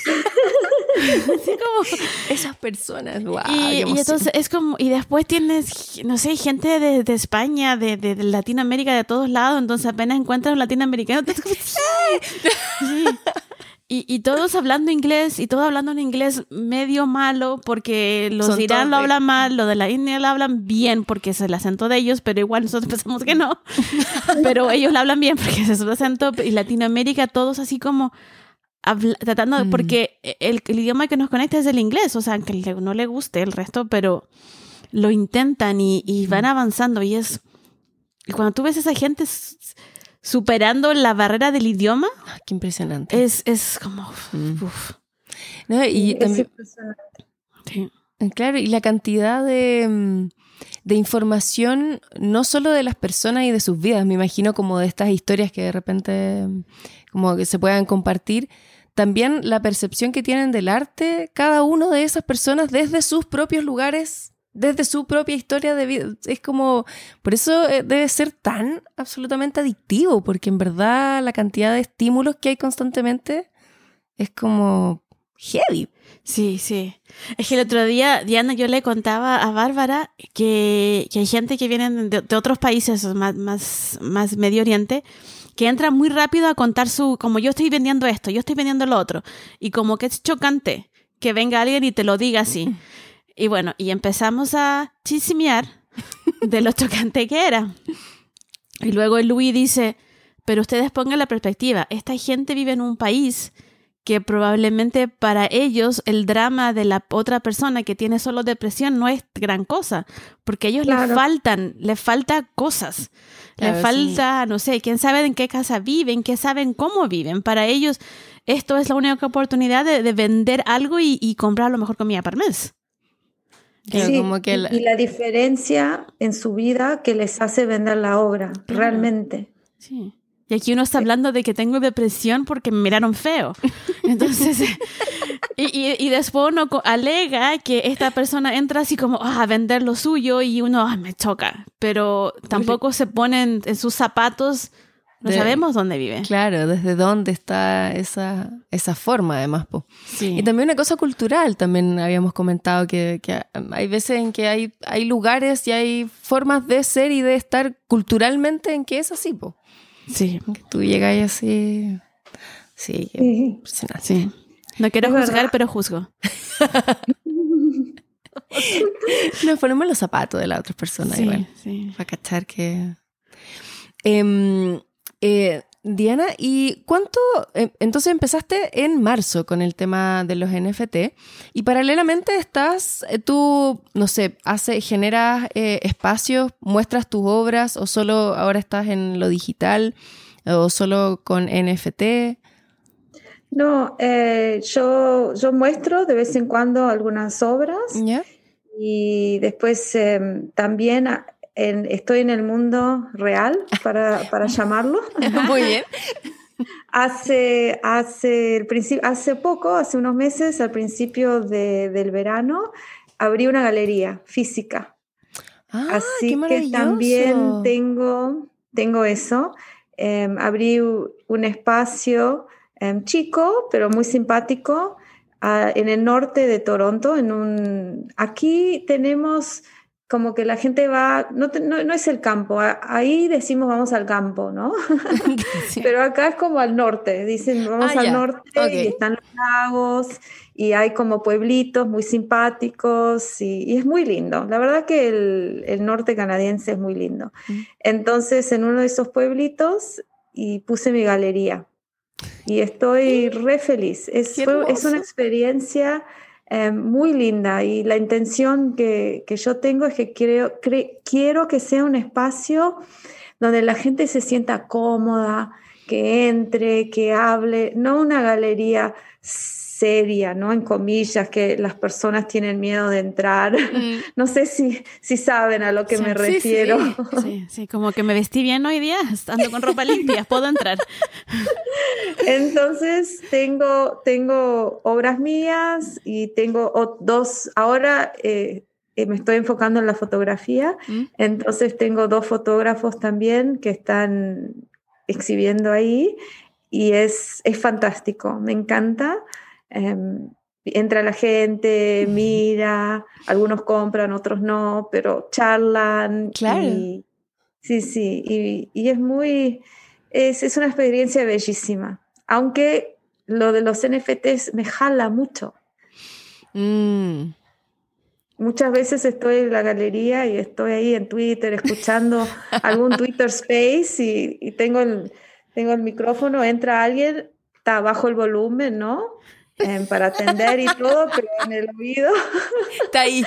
Así como esas personas, wow, y, y entonces es como, y después tienes, no sé, gente de, de España, de, de, de Latinoamérica, de todos lados, entonces apenas encuentras un latinoamericano, te como, ¡sí! Sí. Y, y todos hablando inglés, y todos hablando un inglés medio malo, porque los Son de Irán lo hablan mal, los de la India lo hablan bien, porque es el acento de ellos, pero igual nosotros pensamos que no. Pero ellos lo hablan bien, porque es su acento, y Latinoamérica todos así como habla, tratando de, mm. porque el, el idioma que nos conecta es el inglés, o sea, que no le guste el resto, pero lo intentan y, y van avanzando, y es, y cuando tú ves a esa gente superando la barrera del idioma, ah, qué impresionante. Es, es como mm. uf. No, y sí, también, es sí. Claro, y la cantidad de, de información, no solo de las personas y de sus vidas, me imagino como de estas historias que de repente como que se puedan compartir, también la percepción que tienen del arte cada uno de esas personas desde sus propios lugares, desde su propia historia de vida. Es como, por eso debe ser tan absolutamente adictivo, porque en verdad la cantidad de estímulos que hay constantemente es como heavy. Sí, sí. Es que el otro día, Diana, yo le contaba a Bárbara que, que hay gente que viene de, de otros países más, más, más Medio Oriente, que entra muy rápido a contar su, como yo estoy vendiendo esto, yo estoy vendiendo lo otro, y como que es chocante que venga alguien y te lo diga así. Y bueno, y empezamos a chismear de lo chocante que era. Y luego el Luis dice, pero ustedes pongan la perspectiva, esta gente vive en un país que probablemente para ellos el drama de la otra persona que tiene solo depresión no es gran cosa, porque a ellos claro. les faltan, les falta cosas, claro, les falta, sí. no sé, quién sabe en qué casa viven, quién saben cómo viven. Para ellos esto es la única oportunidad de, de vender algo y, y comprar a lo mejor comida para mes. Claro, sí, como que la... y la diferencia en su vida que les hace vender la obra, claro. realmente. Sí. Y aquí uno está hablando de que tengo depresión porque me miraron feo. Entonces, y, y, y después uno alega que esta persona entra así como ah, a vender lo suyo y uno ah, me choca. Pero tampoco se ponen en sus zapatos, no de, sabemos dónde vive. Claro, desde dónde está esa, esa forma además. Po. Sí. Y también una cosa cultural, también habíamos comentado que, que hay veces en que hay, hay lugares y hay formas de ser y de estar culturalmente en que es así, po. Sí. Que tú llegas así. Sí, qué impresionante. Sí. No quiero es juzgar, verdad. Pero juzgo. Nos ponemos los zapatos de las otras personas, sí, igual. Sí. Para cachar que. Eh, eh, Diana, ¿y cuánto? Eh, entonces empezaste en marzo con el tema de los N F T y paralelamente estás, eh, tú, no sé, hace, generas eh, espacios, muestras tus obras o solo ahora estás en lo digital o solo con N F T. No, eh, yo, yo muestro de vez en cuando algunas obras. ¿Ya? Y después eh, también... En, estoy en el mundo real, para, para llamarlo. Muy bien. Hace, hace, el principio, hace poco, hace unos meses, al principio de, del verano, abrí una galería física. Ah, Así qué maravilloso. que también tengo, tengo eso. Eh, abrí un espacio eh, chico, pero muy simpático, uh, en el norte de Toronto. En un, aquí tenemos... como que la gente va, no, te, no, no es el campo, ahí decimos vamos al campo, ¿no? Sí. Pero acá es como al norte, dicen vamos ah, al yeah. norte okay. Y están los lagos y hay como pueblitos muy simpáticos y, y es muy lindo. La verdad que el, el norte canadiense es muy lindo. Mm. Entonces en uno de esos pueblitos y puse mi galería y estoy mm. re feliz. Es, fue, es una experiencia... Eh, muy linda y la intención que, que yo tengo es que quiero, cre, quiero que sea un espacio donde la gente se sienta cómoda, que entre, que hable, no una galería seria, ¿no? En comillas, que las personas tienen miedo de entrar. Mm. No sé si, si saben a lo que sí, me refiero. Sí, sí. sí, sí, como que me vestí bien hoy día, ando con ropa limpia, puedo entrar. Entonces tengo, tengo obras mías y tengo oh, dos, ahora eh, me estoy enfocando en la fotografía, mm. entonces tengo dos fotógrafos también que están exhibiendo ahí y es, es fantástico, me encanta. Um, entra la gente, mira, algunos compran, otros no, pero charlan. Claro. Y, sí, sí, y, y es muy, es, es una experiencia bellísima, aunque lo de los N F Ts me jala mucho. Mm. Muchas veces estoy en la galería y estoy ahí en Twitter escuchando algún Twitter Space y, y tengo, el, tengo el micrófono, entra alguien, está bajo el volumen, ¿no? Eh, para atender y todo, pero en el oído está ahí.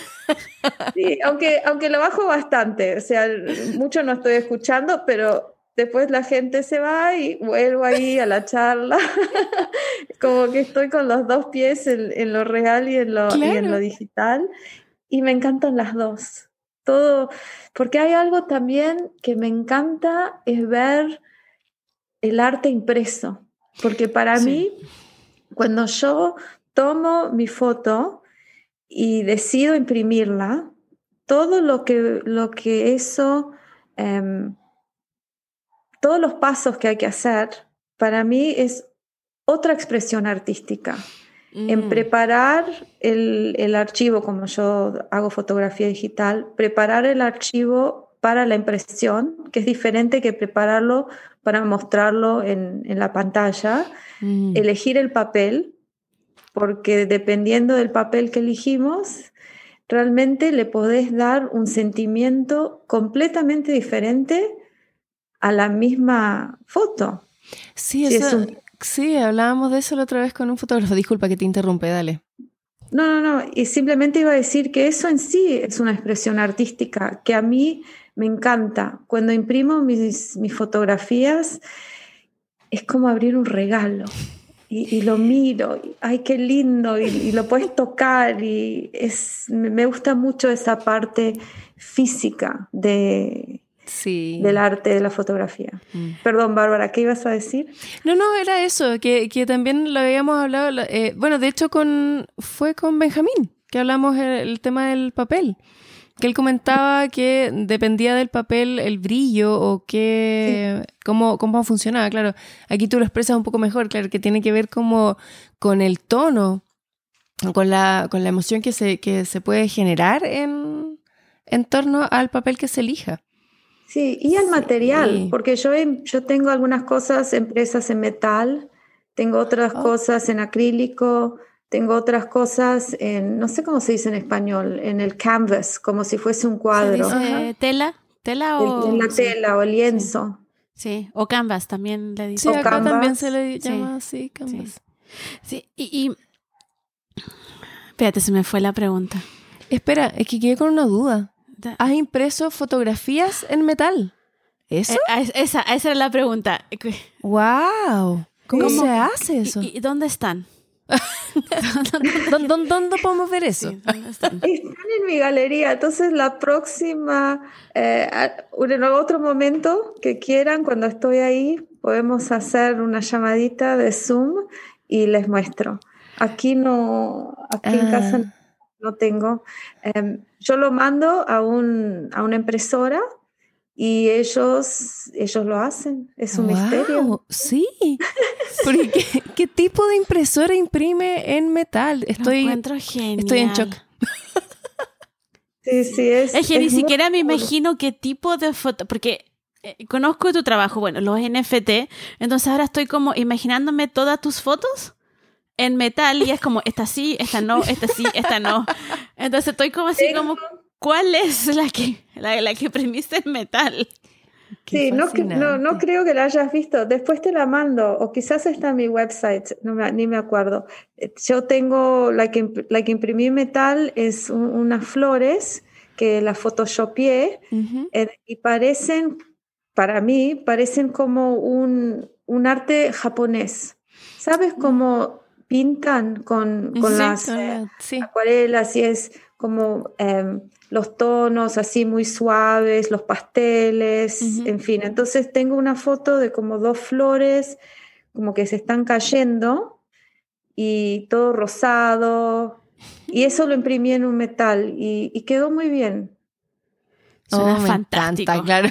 Sí, aunque, aunque lo bajo bastante, o sea, mucho no estoy escuchando, pero después la gente se va y vuelvo ahí a la charla. Como que estoy con los dos pies en, en lo real y en lo, claro. y en lo digital, y me encantan las dos. Todo, porque hay algo también que me encanta, es ver el arte impreso, porque para sí. mí cuando yo tomo mi foto y decido imprimirla, todo lo que, lo que eso, eh, todos los pasos que hay que hacer, para mí es otra expresión artística. Mm. En preparar el, el archivo, como yo hago fotografía digital, preparar el archivo para la impresión, que es diferente que prepararlo para mostrarlo en, en la pantalla, mm. elegir el papel, porque dependiendo del papel que elegimos, realmente le podés dar un sentimiento completamente diferente a la misma foto. Sí, eso, es un... Sí, hablábamos de eso la otra vez con un fotógrafo. Disculpa que te interrumpe, dale. No, no, no. Y simplemente iba a decir que eso en sí es una expresión artística que a mí me encanta. Cuando imprimo mis, mis fotografías, es como abrir un regalo. Y, y lo miro, y, ¡ay, qué lindo! Y, y lo puedes tocar. Y es, me gusta mucho esa parte física de... Sí. Del arte de la fotografía. Mm. Perdón, Bárbara, ¿qué ibas a decir? No, no, era eso, que, que también lo habíamos hablado, eh, bueno, de hecho con fue con Benjamín, que hablamos el, el tema del papel, que él comentaba que dependía del papel el brillo o que, sí. cómo, cómo funcionaba, claro. Aquí tú lo expresas un poco mejor, claro, que tiene que ver como con el tono, con la, con la emoción que se, que se puede generar en, en torno al papel que se elija. Sí, y al material, sí. Porque yo, he, yo tengo algunas cosas impresas en metal, tengo otras oh. cosas en acrílico, tengo otras cosas en, no sé cómo se dice en español, en el canvas, como si fuese un cuadro. ¿Se dice tela? ¿Tela o...? En la tela sí. o lienzo. Sí. sí, o canvas también le dicen. Sí, o acá canvas. También se le llama así, canvas. Sí, sí. Y, y... Espérate, se me fue la pregunta. Espera, es que quedé con una duda. ¿Has impreso fotografías en metal? ¿Eso? Eh, esa, esa era la pregunta. ¡Wow! ¿Cómo se hace eso? ¿Y, y dónde están? ¿Dónde, dónde, ¿Dónde podemos ver eso? Sí, ¿dónde están? Están en mi galería. Entonces, la próxima, eh, en otro momento que quieran, cuando estoy ahí, podemos hacer una llamadita de Zoom y les muestro. Aquí no, aquí ah. en casa no. No tengo. Um, yo lo mando a, un, a una impresora y ellos, ellos lo hacen. Es un wow, misterio. Sí. Porque, ¿qué, ¿Qué tipo de impresora imprime en metal? Estoy, lo encuentro genial. Estoy en shock. Sí, sí, es. Es que es ni siquiera me imagino qué tipo de foto. Porque eh, conozco tu trabajo, bueno, los N F T. Entonces ahora estoy como imaginándome todas tus fotos en metal y es como, esta sí, esta no, esta sí, esta no. Entonces estoy como así como, ¿cuál es la que, la, la que imprimiste en metal? Qué sí, no, no, no creo que la hayas visto. Después te la mando, o quizás está en mi website, no me, ni me acuerdo. Yo tengo, la que, la que imprimí en metal es un, unas flores que las photoshopeé uh-huh. eh, y parecen, para mí, parecen como un, un arte japonés. ¿Sabes cómo pintan con, con sí, las eh, sí. acuarelas y es como eh, los tonos así muy suaves, los pasteles, uh-huh. en fin. Entonces tengo una foto de como dos flores como que se están cayendo y todo rosado y eso lo imprimí en un metal y, y quedó muy bien. Suena oh, fantástico. Me encanta, claro.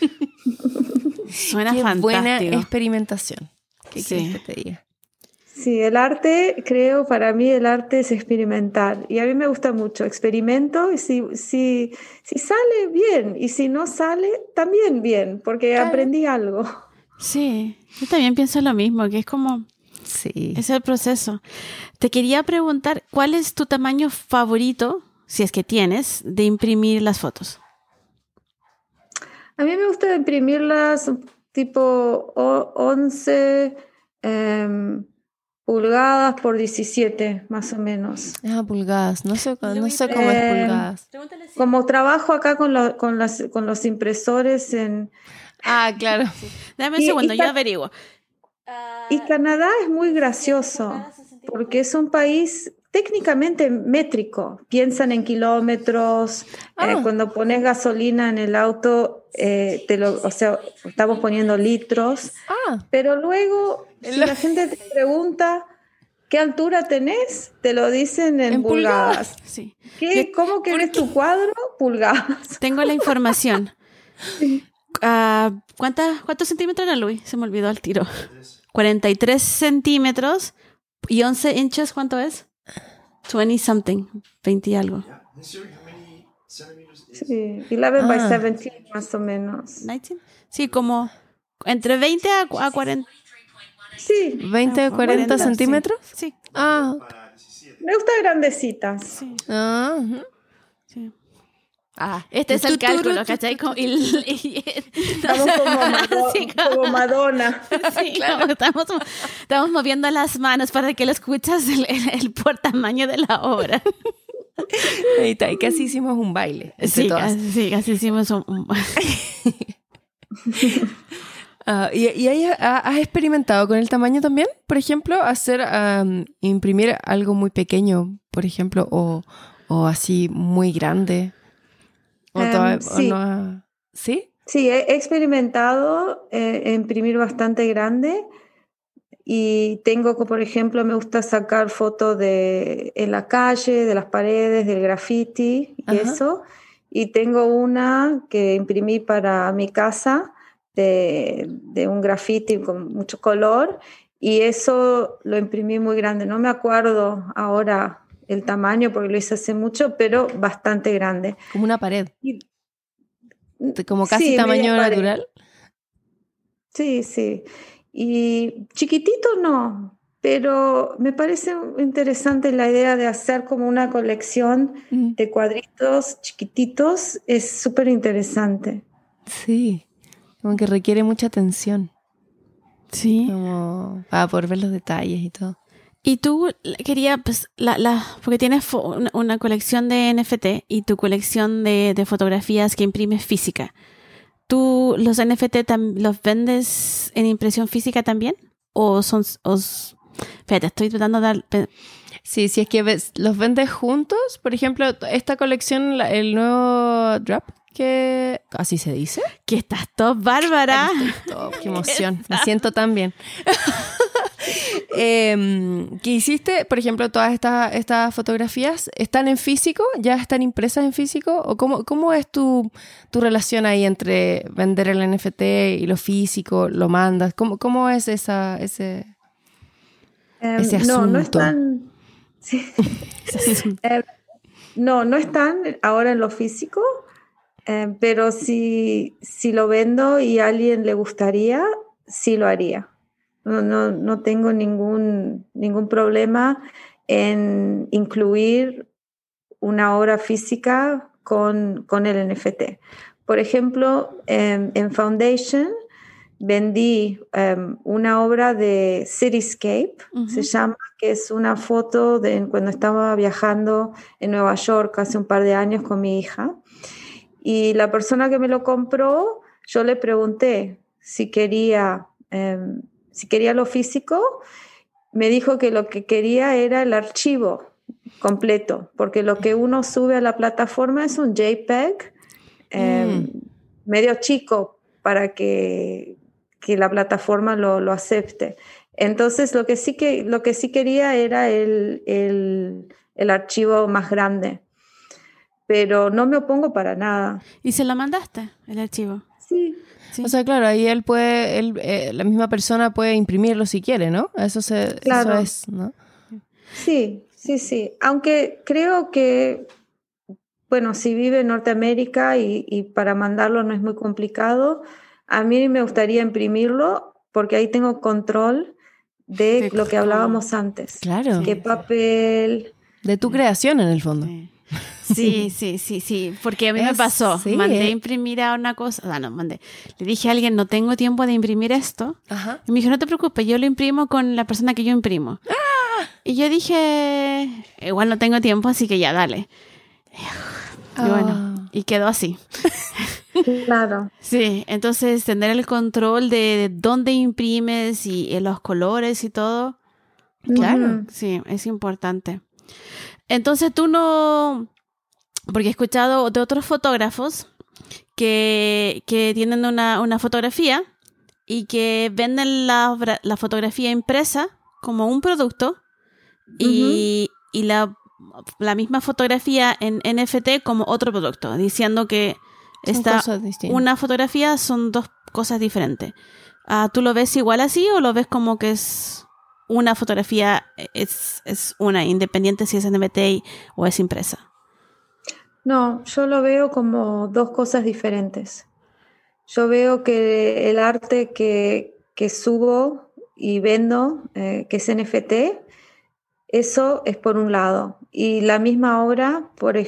Suena Qué fantástico. Buena experimentación. ¿Qué sí. quieres que te diga? Sí, el arte, creo, para mí el arte es experimentar y a mí me gusta mucho, experimento y si, si, si sale bien y si no sale también bien, porque claro. aprendí algo. Sí, yo también pienso lo mismo, que es como, sí. es el proceso. Te quería preguntar, ¿cuál es tu tamaño favorito, si es que tienes, de imprimir las fotos? A mí me gusta imprimirlas tipo once... Um, pulgadas por diecisiete, más o menos. Ah, pulgadas. No sé, no sé cómo eh, es pulgadas. Como trabajo acá con, lo, con, las, con los impresores en... Ah, claro. Sí. Dame un y, segundo, y yo averiguo. Y Canadá es muy gracioso, porque es un país técnicamente métrico. Piensan en kilómetros. Ah. Eh, cuando pones gasolina en el auto, eh, te lo, o sea, estamos poniendo litros. Ah. Pero luego... Si la gente te pregunta qué altura tenés, te lo dicen en, en pulgadas. pulgadas. Sí. ¿Qué, ¿Cómo que ves tu cuadro? Pulgadas. Tengo la información. Sí. Uh, ¿cuánta, ¿Cuántos centímetros era, Luis? Se me olvidó al tiro. cuarenta y tres centímetros y once inches, ¿cuánto es? veinte something, veinte y algo. Sí, once by diecisiete más o menos. diecinueve Sí, como entre veinte a, a cuarenta. Sí. ¿veinte a cuarenta centímetros? Sí. Ah. Me gusta grandecitas. Sí. Ah, uh-huh. Sí. Ah, este es el cálculo, ¿cachai? Como, y, y, estamos como, Mado- sí, como Madonna. Sí, claro. Como estamos, estamos moviendo las manos para que lo escuchas el, el, el por tamaño de la obra. Ahí está, y casi hicimos un baile. Sí, casi, sí, casi hicimos un... un... uh, ¿Y, y ahí has experimentado con el tamaño también? Por ejemplo, hacer, um, imprimir algo muy pequeño, por ejemplo, o, o así muy grande. ¿O Um, toda, sí. o no? ¿Sí? Sí, he experimentado eh, imprimir bastante grande y tengo, por ejemplo, me gusta sacar fotos de en la calle, de las paredes, del graffiti y Ajá. eso. Y tengo una que imprimí para mi casa de, de un graffiti con mucho color y eso lo imprimí muy grande. No me acuerdo ahora el tamaño porque lo hice hace mucho, pero bastante grande. Como una pared. Y, Como casi sí, tamaño media pared. natural. Sí, sí. Y chiquitito no, pero me parece interesante la idea de hacer como una colección Mm. de cuadritos chiquititos. Es súper interesante. Sí, como que requiere mucha atención. Sí. Como para poder ver los detalles y todo. Y tú querías, pues, la, la, porque tienes fo- una, una colección de N F T y tu colección de, de fotografías que imprimes física. ¿Tú los N F T tam, los vendes en impresión física también? ¿O son... O, espérate, estoy tratando de dar... Sí, si es que ves, los vendes juntos, por ejemplo, esta colección, la, el nuevo drop, que así se dice. Que estás top, Bárbara. Estoy top, qué emoción, me siento tan bien. eh, ¿Qué hiciste? Por ejemplo, todas estas estas fotografías, ¿están en físico? ¿Ya están impresas en físico? ¿O cómo, cómo es tu, tu relación ahí entre vender el N F T y lo físico? ¿Lo mandas? ¿Cómo, cómo es esa, ese, Eh, ese asunto? no, no están... Sí. eh, no, no están ahora en lo físico, eh, pero si, si lo vendo y a alguien le gustaría, sí lo haría. No, no, no tengo ningún, ningún problema en incluir una obra física con, con el N F T. Por ejemplo, en, en Foundation vendí um, una obra de Cityscape, uh-huh. se llama, que es una foto de cuando estaba viajando en Nueva York hace un par de años con mi hija. Y la persona que me lo compró, yo le pregunté si quería... Um, si quería lo físico, me dijo que lo que quería era el archivo completo, porque lo que uno sube a la plataforma es un JPEG eh, mm. medio chico para que, que la plataforma lo, lo acepte. Entonces, lo que sí, que, lo que sí quería era el, el, el archivo más grande, pero no me opongo para nada. ¿Y se lo mandaste, el archivo? Sí. Sí. O sea, claro, ahí él puede, él, eh, la misma persona puede imprimirlo si quiere, ¿no? Eso, se, claro. eso es, ¿no? Sí, sí, sí. Aunque creo que, bueno, si vive en Norteamérica y, y para mandarlo no es muy complicado, a mí me gustaría imprimirlo porque ahí tengo control de sí, lo que hablábamos antes. Claro. Qué papel. De tu creación, en el fondo. Sí. Sí, sí, sí, sí, porque a mí es, me pasó, sí, mandé a imprimir a una cosa, ah, no, mandé, le dije a alguien, no tengo tiempo de imprimir esto, ajá. Y me dijo, no te preocupes, yo lo imprimo con la persona que yo imprimo. ¡Ah! Y yo dije, igual no tengo tiempo, así que ya, dale. Y oh. bueno, y quedó así. Claro. Sí, entonces tener el control de dónde imprimes y, y los colores y todo, claro, uh-huh. Sí, es importante. Entonces tú no... Porque he escuchado de otros fotógrafos que, que tienen una, una fotografía y que venden la, la fotografía impresa como un producto uh-huh. y, y la, la misma fotografía en N F T como otro producto, diciendo que esta, una fotografía son dos cosas diferentes. Uh, ¿Tú lo ves igual así o lo ves como que es una fotografía, es, es una, independiente si es N F T o es impresa? No, yo lo veo como dos cosas diferentes. Yo veo que el arte que, que subo y vendo, eh, que es N F T, eso es por un lado. Y la misma obra, por,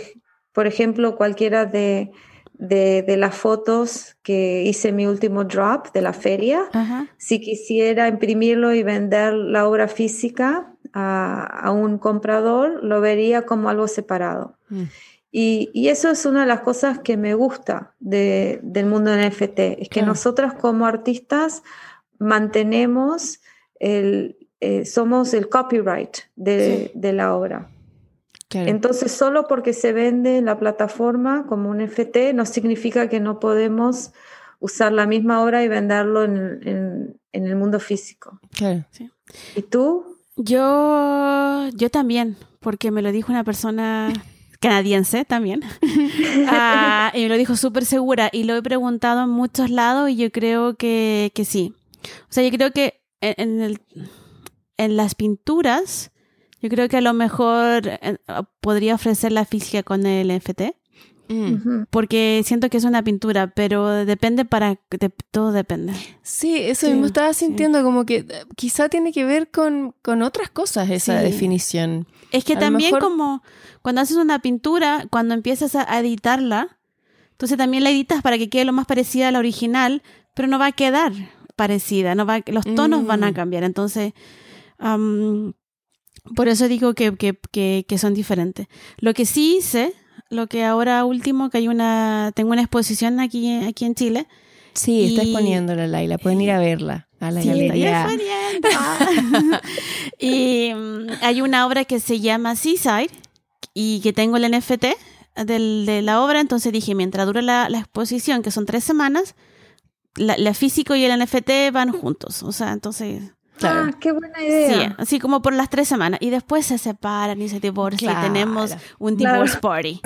por ejemplo, cualquiera de, de, de las fotos que hice en mi último drop de la feria, uh-huh. si quisiera imprimirlo y vender la obra física a, a un comprador, lo vería como algo separado. Mm. Y, y eso es una de las cosas que me gusta de, del mundo N F T, es que claro. nosotras como artistas mantenemos, el, eh, somos el copyright de, sí. de la obra. Claro. Entonces, solo porque se vende en la plataforma como un N F T no significa que no podemos usar la misma obra y venderlo en, en, en el mundo físico. Claro. Sí. ¿Y tú? Yo, yo también, porque me lo dijo una persona canadiense también. uh, y me lo dijo súper segura. Y lo he preguntado en muchos lados y yo creo que, que sí. O sea, yo creo que en, en, el, en las pinturas... Yo creo que a lo mejor eh, podría ofrecer la física con el N F T, mm. porque siento que es una pintura, pero depende para... De, todo depende. Sí, eso sí, mismo estaba sintiendo, sí. como que quizá tiene que ver con, con otras cosas esa sí. definición. Es que a también mejor... como cuando haces una pintura, cuando empiezas a editarla, entonces también la editas para que quede lo más parecida a la original, pero no va a quedar parecida, no va, los tonos mm. van a cambiar, entonces... Um, Por eso digo que, que, que, que son diferentes. Lo que sí hice, lo que ahora último, que hay una, tengo una exposición aquí, aquí en Chile. Sí, y... está exponiéndola, Laila. Pueden ir a verla a la sí, galería. Estoy exponiendo. Y um, hay una obra que se llama Seaside y que tengo el N F T del, de la obra. Entonces dije, mientras dure la, la exposición, que son tres semanas, la, la físico y el N F T van juntos. O sea, entonces... Claro. Ah, qué buena idea. Sí, así como por las tres semanas. Y después se separan y se divorcian claro. y tenemos un divorce claro. party.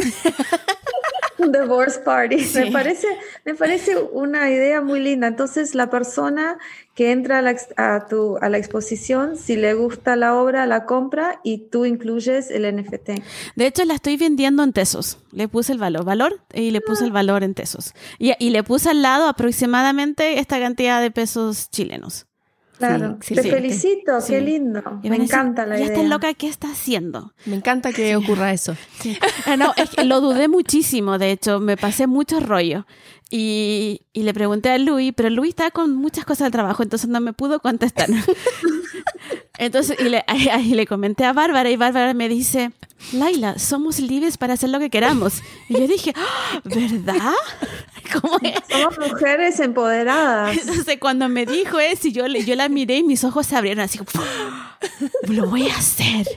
Un divorce party. Sí. Me parece, me parece una idea muy linda. Entonces, la persona que entra a la, a, tu, a la exposición, si le gusta la obra, la compra y tú incluyes el N F T. De hecho, la estoy vendiendo en pesos. Le puse el valor, valor y le puse ah. el valor en pesos. Y, y le puse al lado aproximadamente esta cantidad de pesos chilenos. Claro, sí, te sí, felicito, sí. Qué lindo. Y me encanta la idea. ¿Y esta loca qué está haciendo? Me encanta que sí. ocurra eso. Sí. No, es que lo dudé muchísimo, de hecho, me pasé mucho rollo. Y, y le pregunté a Luis, pero Luis estaba con muchas cosas del trabajo, entonces no me pudo contestar. Entonces, y le, y le comenté a Bárbara, y Bárbara me dice, Laila, somos libres para hacer lo que queramos. Y yo dije, oh, ¿verdad? ¿Cómo es? Somos mujeres empoderadas. Entonces, cuando me dijo eso, yo, yo la miré y mis ojos se abrieron así, lo voy a hacer.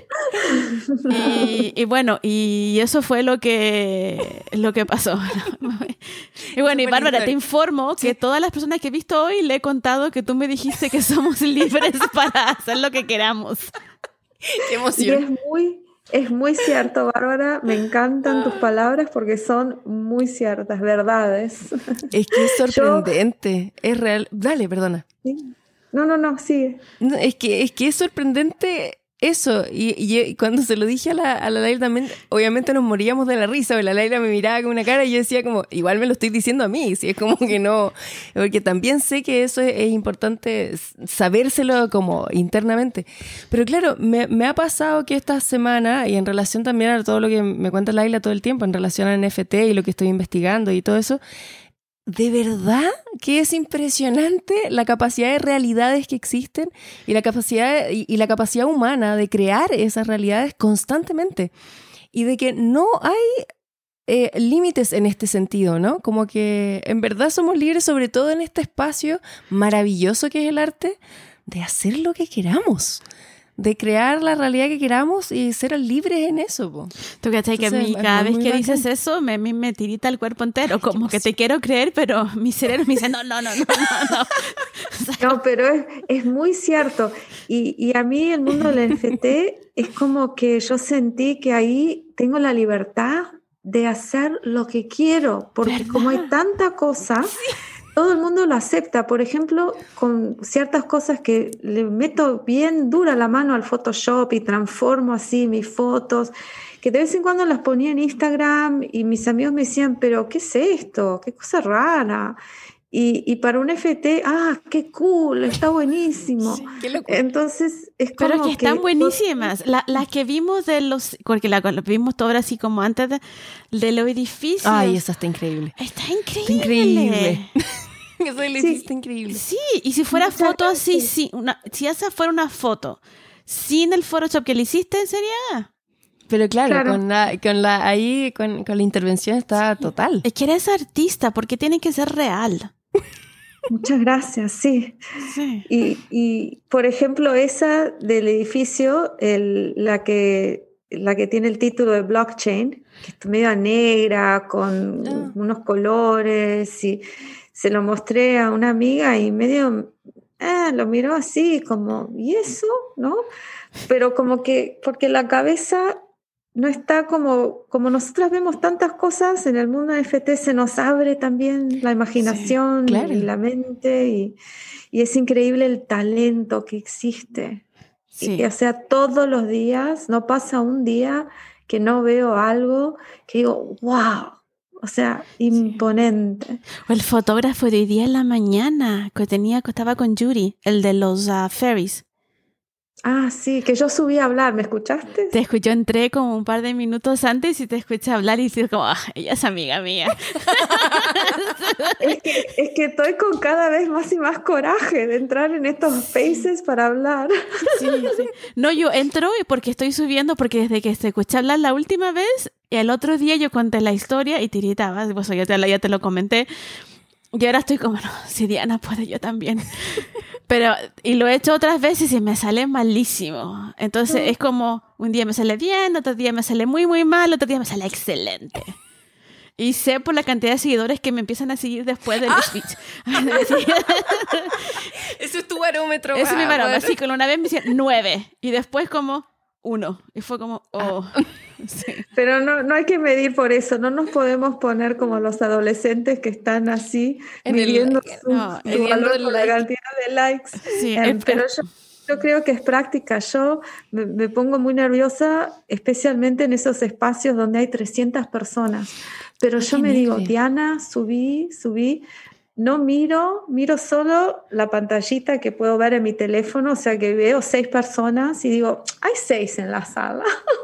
Y, y bueno, y eso fue lo que, lo que pasó. Y bueno, y Bárbara, te informo que todas las personas que he visto hoy le he contado que tú me dijiste que somos libres para hacer lo que queramos. ¡Qué emoción! Y es muy... Es muy cierto, Bárbara, me encantan tus palabras porque son muy ciertas, verdades. Es que es sorprendente, Yo... es real. Dale, perdona. ¿Sí? No, no, no, sigue. No, es que, es que es sorprendente eso, y, y, y cuando se lo dije a la, a la Laila también, obviamente nos moríamos de la risa, la Laila me miraba con una cara y yo decía como, igual me lo estoy diciendo a mí, si es como que no, porque también sé que eso es, es importante sabérselo como internamente, pero claro, me, me ha pasado que esta semana, y en relación también a todo lo que me cuenta Laila todo el tiempo, en relación a N F T y lo que estoy investigando y todo eso, de verdad que es impresionante la capacidad de realidades que existen y la capacidad, y, y la capacidad humana de crear esas realidades constantemente. Y de que no hay eh, límites en este sentido, ¿no? Como que en verdad somos libres, sobre todo en este espacio maravilloso que es el arte, de hacer lo que queramos. De crear la realidad que queramos y ser libres en eso, po. Tú cachai que a mí cada vez que bacán. Dices eso me, me, me tirita el cuerpo entero. Ay, como que te quiero creer, pero mi cerebro me dice no, no, no, no, no, no. O sea, no, pero es, es muy cierto. Y, y a mí el mundo del N F T es como que yo sentí que ahí tengo la libertad de hacer lo que quiero, porque ¿verdad? Como hay tanta cosa... Sí. Todo el mundo lo acepta, por ejemplo, con ciertas cosas que le meto bien dura la mano al Photoshop y transformo así mis fotos, que de vez en cuando las ponía en Instagram y mis amigos me decían, pero ¿qué es esto? ¿Qué cosa rara? Y, y para un F T, ¡ah, qué cool! Está buenísimo. Sí, qué locura. Entonces, es como Pero que están que, buenísimas. La, las que vimos de los... Porque la, la vimos todas así como antes de, de los edificios. Ay, esa está increíble. Está increíble. Está increíble. Eso del edificio Sí. está increíble. Sí, y si fuera Muchas foto así, gracias. sí, una, si esa fuera una foto sin el Photoshop que le hiciste, sería... Pero claro, Claro. con la, con la, ahí con, con la intervención está total. Es que eres artista, porque tiene que ser real. Muchas gracias, sí. Sí. Y, y, por ejemplo, esa del edificio, el, la, que, la que tiene el título de Blockchain, que es medio negra, con Ah. unos colores, y se lo mostré a una amiga y medio ah, lo miró así, como, ¿y eso? ¿No? Pero como que, porque la cabeza no está como, como nosotras vemos tantas cosas en el mundo de F T, se nos abre también la imaginación, Sí, claro. y la mente, y, y es increíble el talento que existe. Sí. Y, o sea, todos los días, no pasa un día que no veo algo que digo, wow, o sea, imponente. O el fotógrafo de hoy día en la mañana, que tenía, que estaba con Yuri, el de los uh, ferries. Ah, sí, que yo subí a hablar, ¿me escuchaste? Te escuché, entré como un par de minutos antes y te escuché hablar y dije como, ah, ella es amiga mía. Es que, es que estoy con cada vez más y más coraje de entrar en estos spaces para hablar. Sí, sí. No, yo entro y porque estoy subiendo, porque desde que te escuché hablar la última vez, el otro día yo conté la historia y tiritabas, pues ya te, ya te lo comenté. Y ahora estoy como, no, si Diana puede, yo también. Pero, y lo he hecho otras veces y me sale malísimo. Entonces es como, un día me sale bien, otro día me sale muy, muy mal, otro día me sale excelente. Y sé por la cantidad de seguidores que me empiezan a seguir después del speech. Eso es tu barómetro. Eso es mi amor. barómetro. Así que una vez me hicieron nueve y después como uno. Y fue como, oh. Sí. Pero no, no hay que medir por eso, no nos podemos poner como los adolescentes que están así, En el- midiendo su, no, su midiendo valor el por la like. cantidad de likes. Sí, Em, el- pero yo, yo creo que es práctica. Yo me, me pongo muy nerviosa, especialmente en esos espacios donde hay trescientas personas. Pero Ay, yo qué me digo, nervio. Diana, subí, subí. No miro, miro solo la pantallita que puedo ver en mi teléfono, o sea que veo seis personas y digo, hay seis en la sala.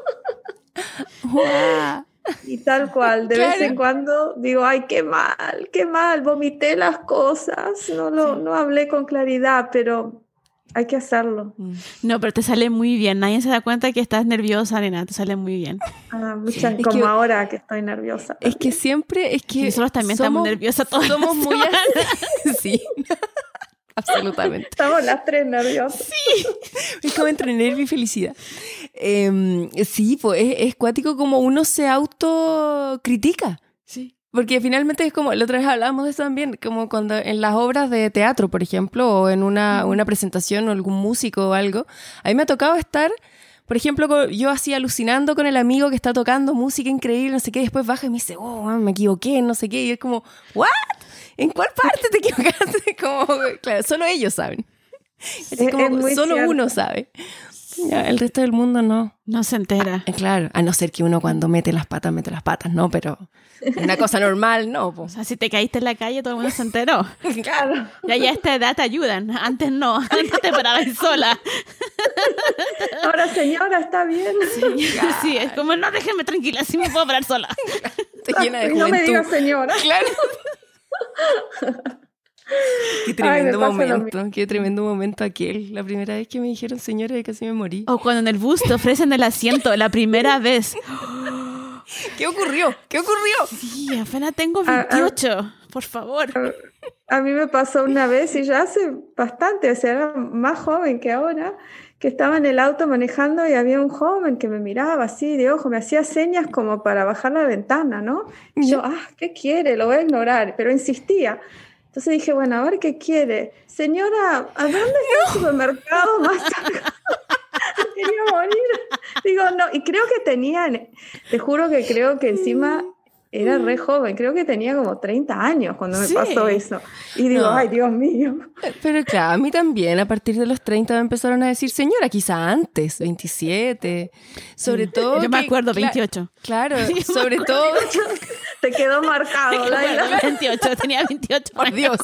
Guau. Y tal cual, de Claro. vez en cuando digo, ay, qué mal, qué mal, vomité las cosas, no, lo, no hablé con claridad, pero hay que hacerlo. No, pero te sale muy bien. Nadie se da cuenta que estás nerviosa ni nada. Te sale muy bien. Ah, muchas, Es como que- ahora que estoy nerviosa. Es que siempre, es que Y nosotros también estamos nerviosas todas las Somos muy semanas. así. Sí. Absolutamente. Estamos las tres nerviosas. Es como entre nervio y felicidad. Eh, sí, pues es, es cuático como uno se autocritica. Sí. Porque finalmente es como, la otra vez hablábamos de eso también, como cuando en las obras de teatro, por ejemplo, o en una, una presentación o algún músico o algo, a mí me ha tocado estar, por ejemplo, co- yo así alucinando con el amigo que está tocando música increíble, no sé qué, después baja y me dice, oh, man, me equivoqué, no sé qué, y es como, ¿what? ¿En cuál parte te equivocaste? Como, claro, solo ellos saben. Así Es- como, es muy solo cierto. uno sabe. Ya, el resto del mundo no. No se entera. Eh, Claro, a no ser que uno cuando mete las patas, mete las patas, ¿no? Pero una cosa normal, no. O Po. sea, si te caíste en la calle, todo el mundo se enteró. Claro. Ya, ya a esta edad te ayudan. Antes no. Antes te parabas sola. Ahora, señora, está bien. Sí, es como, no, déjeme tranquila, así me puedo parar sola. Está llena de Y no me juventud. diga señora. Claro. Qué Ay, tremendo me pasa lo momento, qué tremendo momento aquel. La primera vez que me dijeron señora, casi me morí. O cuando en el bus te ofrecen el asiento la primera vez. ¿Qué ocurrió? ¿Qué ocurrió? Sí, apenas tengo Ah, ah. veintiocho. Por favor. A mí me pasó una vez y ya hace bastante, o sea, era más joven que ahora, que estaba en el auto manejando y había un joven que me miraba así de ojo, me hacía señas como para bajar la ventana, ¿no? Y yo, ah, ¿qué quiere? Lo voy a ignorar, pero insistía. Entonces dije, bueno, a ver qué quiere. Señora, ¿a dónde está el supermercado más cerca? Quería morir. Digo, no, y creo que tenían, te juro que creo que encima era re joven, creo que tenía como treinta años cuando me Sí. pasó eso. Y digo, No. ay, Dios mío. Pero claro, a mí también, a partir de los treinta me empezaron a decir señora, quizá antes, veintisiete, sobre todo... Yo me que- acuerdo, cla- veintiocho. Claro, Yo me sobre todo... Te quedó marcado, Laila. veintiocho, tenía veintiocho. Por Dios.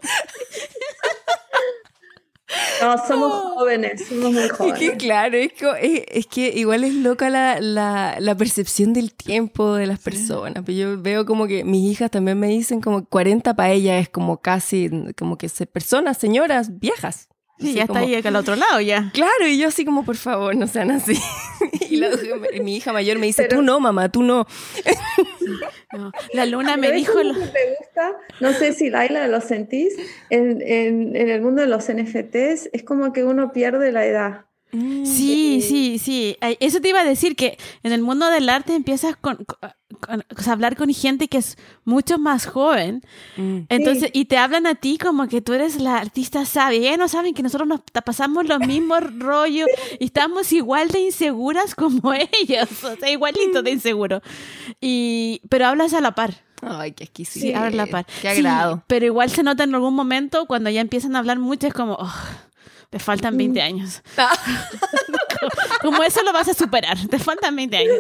No, somos jóvenes, somos muy Es que jóvenes. claro, es, co- es- es que igual es loca la, la, la percepción del tiempo de las personas. Pero yo veo como que mis hijas también me dicen como cuarenta para ellas es como casi, como que se, personas, señoras, viejas. Sí, Así ya como- está ahí acá al otro lado ya. Claro, y yo así como, por favor, no sean así. Y la- mi hija mayor me dice, Pero- tú no, mamá, tú no. No. La Luna me Pero dijo... eso es lo- lo que me gusta, no sé si Laila lo sentís, en, en, en el mundo de los N F Ts es como que uno pierde la edad. Sí, sí, sí. Ay, eso te iba a decir, que en el mundo del arte empiezas con, con- con- a hablar con gente que es mucho más joven. Mm. Entonces, Sí. y te hablan a ti como que tú eres la artista sabia. Y ellos no saben que nosotros nos ta- pasamos los mismos rollos y estamos igual de inseguras como ellos. O sea, igualito de inseguro. Y, pero hablas a la par. Ay, qué exquisito. Sí, hablas a la par. Qué Sí, agrado. pero igual se nota en algún momento cuando ya empiezan a hablar mucho, es como, oh, te faltan veinte años. Como eso lo vas a superar, te faltan veinte años.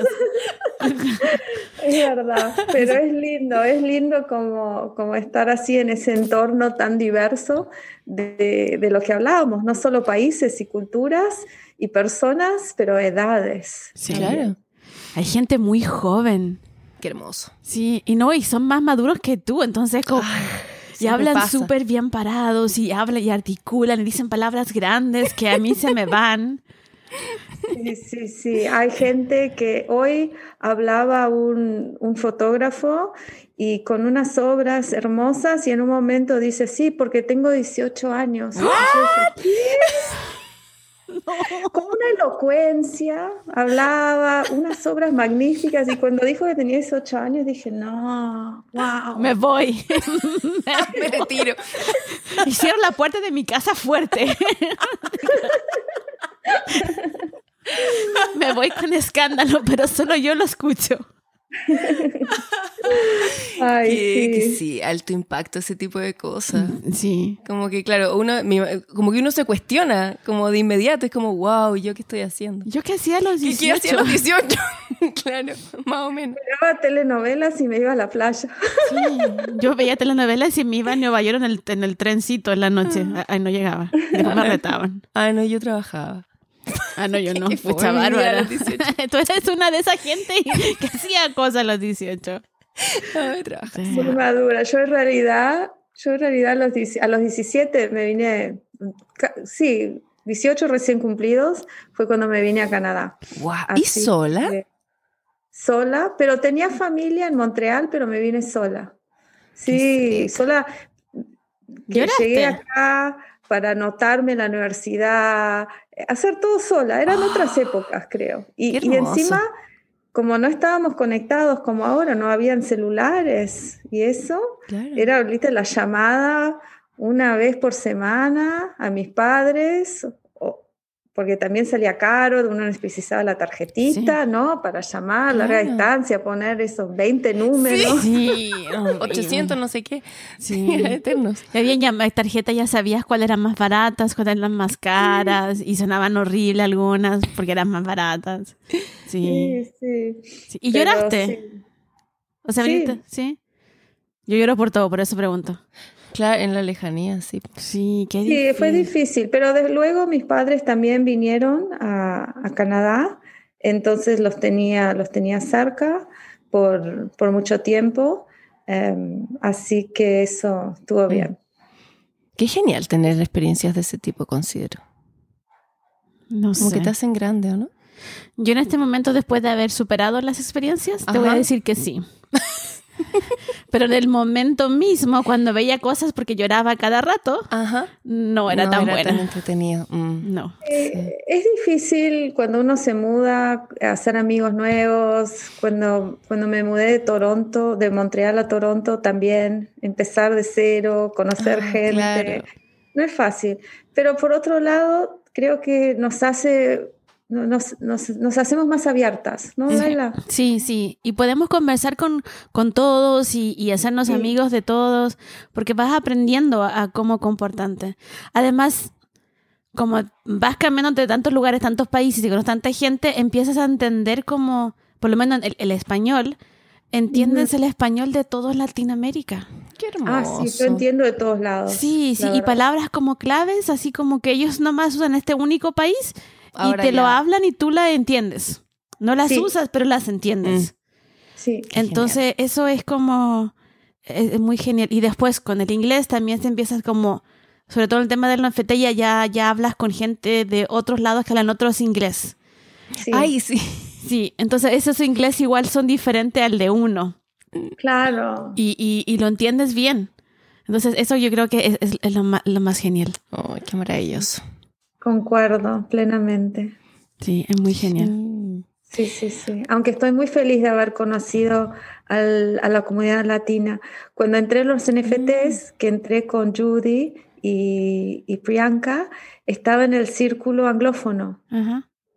Es verdad, pero es lindo, es lindo como, como estar así en ese entorno tan diverso de, de lo que hablábamos, no solo países y culturas y personas, pero edades. Sí, Claro. Hay gente muy joven. Qué hermoso. Sí, y no, y son más maduros que tú, entonces como... y siempre hablan pasa. súper bien parados y hablan y articulan y dicen palabras grandes que a mí se me van. Sí, sí, sí. Hay gente que hoy hablaba un, un fotógrafo y con unas obras hermosas y en un momento dice, sí, porque tengo dieciocho años. Y yo dije, ¿qué? Con una elocuencia, hablaba unas obras magníficas y cuando dijo que tenía dieciocho años dije, no, wow. Me voy. Me retiro. Y cierro la puerta de mi casa fuerte. Me voy con escándalo, pero solo yo lo escucho. Ay, Que, que sí. sí, alto impacto ese tipo de cosas. Sí. Como que, claro, uno, mi- como que uno se cuestiona, como de inmediato, es como, wow, ¿yo qué estoy haciendo? ¿Yo qué hacía a los ¿Qué, dieciocho? qué hacía a los dieciocho? Claro, más o menos. Miraba telenovelas y me iba a la playa. Sí. Yo veía telenovelas y me iba a Nueva York en el, en el trencito en la noche. Ay, no llegaba. Después me retaban. Ah, no, yo trabajaba. Ah, no, yo no. Qué Pucha fome mi vida a bárbara. los dieciocho. Tú eres una de esa gente que hacía cosas a los dieciocho. No, yo trabajaba. Sí. Muy madura. Yo en realidad, yo en realidad a los, dieci- a los diecisiete me vine, ca- sí, dieciocho recién cumplidos, fue cuando me vine a Canadá. Wow. ¿Y Así sola? que- sola, pero tenía familia en Montreal, pero me vine sola. Sí, seca. sola. Que ¿Lloraste? llegué acá para anotarme en la universidad, hacer todo sola. Eran otras épocas, creo. Y, Qué y hermoso. encima, como no estábamos conectados como ahora, no habían celulares y eso, Claro. era ahorita la llamada una vez por semana a mis padres, o- porque también salía caro, uno necesitaba la tarjetita, ¿no? Para llamar, larga Claro. distancia, poner esos veinte números. Sí. ochocientos, no sé qué. Sí. Eternos. Ya habían llam- tarjetas, ya sabías cuáles eran más baratas, cuáles eran más caras, y sonaban horrible algunas porque eran más baratas. Sí. Sí, sí. Sí. ¿Y Pero lloraste? sí. O sea, Sí. viniste- ¿sí? Yo lloro por todo, por eso pregunto. Claro, en la lejanía, sí. Sí, qué Sí, difícil. fue difícil, pero desde luego mis padres también vinieron a, a Canadá, entonces los tenía, los tenía cerca por, por mucho tiempo, em, así que eso estuvo bien. Qué genial tener experiencias de ese tipo, considero. No Como sé. que te hacen grande, ¿o no? Yo en este momento, después de haber superado las experiencias, te voy a Ajá. decir que sí. Pero en el momento mismo, cuando veía cosas porque lloraba cada rato, Ajá. no era tan buena. tan entretenido. Mm. No. Eh, es difícil cuando uno se muda a hacer amigos nuevos, cuando, cuando me mudé de Toronto, de Montreal a Toronto también, empezar de cero, conocer Ah, gente. claro. No es fácil, pero por otro lado, creo que nos hace nos, nos, nos hacemos más abiertas, ¿no, Laila? Sí, sí. Y podemos conversar con, con todos y, y hacernos sí. amigos de todos, porque vas aprendiendo a, a cómo comportarte. Además, como vas cambiando de tantos lugares, tantos países y con tanta gente, empiezas a entender como, por lo menos el, el español, entiendes uh-huh. el español de toda Latinoamérica. Qué hermoso. Ah, sí, yo entiendo de todos lados. Sí, sí, y palabras como claves, así como que ellos nomás usan este único país Ahora y te ya. lo hablan y tú la entiendes. No las sí. usas, pero las entiendes. Mm. Sí. Entonces, genial. Eso es como, es, es muy genial. Y después, con el inglés también te empiezas como, sobre todo el tema del N F T, ya, ya, ya hablas con gente de otros lados que hablan otros inglés. Sí. Ay, sí. Sí, entonces esos inglés igual son diferentes al de uno. Claro. Y, y, y lo entiendes bien. Entonces eso yo creo que es, es, es lo, más, lo más genial. Oh, qué maravilloso. Concuerdo plenamente. Sí, es muy genial. Sí, sí, sí. Aunque estoy muy feliz de haber conocido al, a la comunidad latina. Cuando entré en los N F Ts, mm. que entré con Judy y, y Priyanka, estaba en el círculo anglófono. Uh-huh.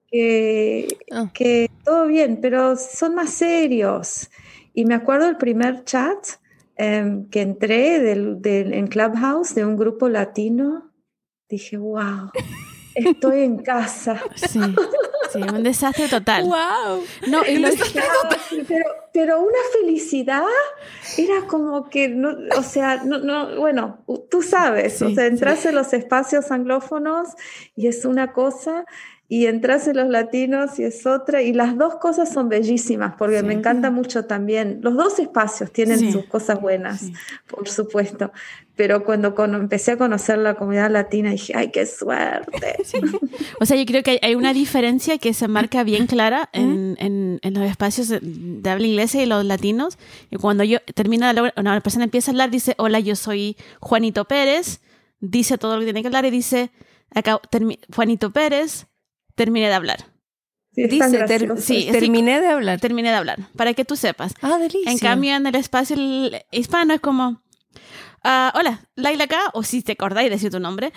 Que, oh. que todo bien, pero son más serios. Y me acuerdo el primer chat eh, que entré del, del, en Clubhouse de un grupo latino. Dije, wow, estoy en casa. Sí, sí, un desastre total. Wow. No, y lo pero, pero una felicidad era como que, no, o sea, no, no, bueno, tú sabes, sí, o sea, entras sí. en los espacios anglófonos y es una cosa, y entras en los latinos y es otra, y las dos cosas son bellísimas, porque sí. me encanta mucho también. Los dos espacios tienen sí. sus cosas buenas, sí. por supuesto, pero cuando, cuando empecé a conocer la comunidad latina dije, ¡ay, qué suerte! Sí. O sea, yo creo que hay, hay una diferencia que se marca bien clara en, en, en los espacios de, de habla inglesa y los latinos, y cuando yo termino de hablar, una persona empieza a hablar, dice, hola, yo soy Juanito Pérez, dice todo lo que tiene que hablar y dice, acá, termi- Juanito Pérez, terminé de hablar. Sí, Dice, ter- sí, terminé de hablar. Terminé de hablar, para que tú sepas. Ah, delicia. En cambio, en el espacio hispano es como, uh, hola, Laila acá, o si te acordáis de decir tu nombre,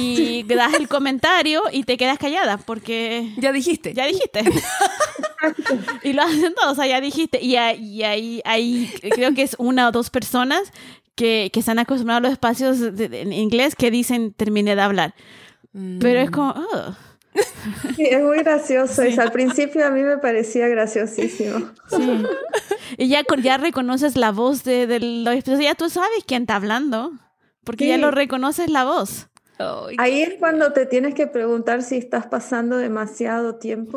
y das el comentario y te quedas callada, porque... Ya dijiste. Ya dijiste. Y lo hacen todos, o sea, ya dijiste. Y ahí, ahí, ahí creo que es una o dos personas que, que están acostumbrados a los espacios de, de, en inglés que dicen, terminé de hablar. Mm. Pero es como, oh... Sí, es muy gracioso. Sí. Al principio a mí me parecía graciosísimo. Sí. Y ya, ya reconoces la voz de, de los episodios, ya tú sabes quién está hablando, porque sí. ya lo reconoces la voz. Oh, ahí es cuando te tienes que preguntar si estás pasando demasiado tiempo.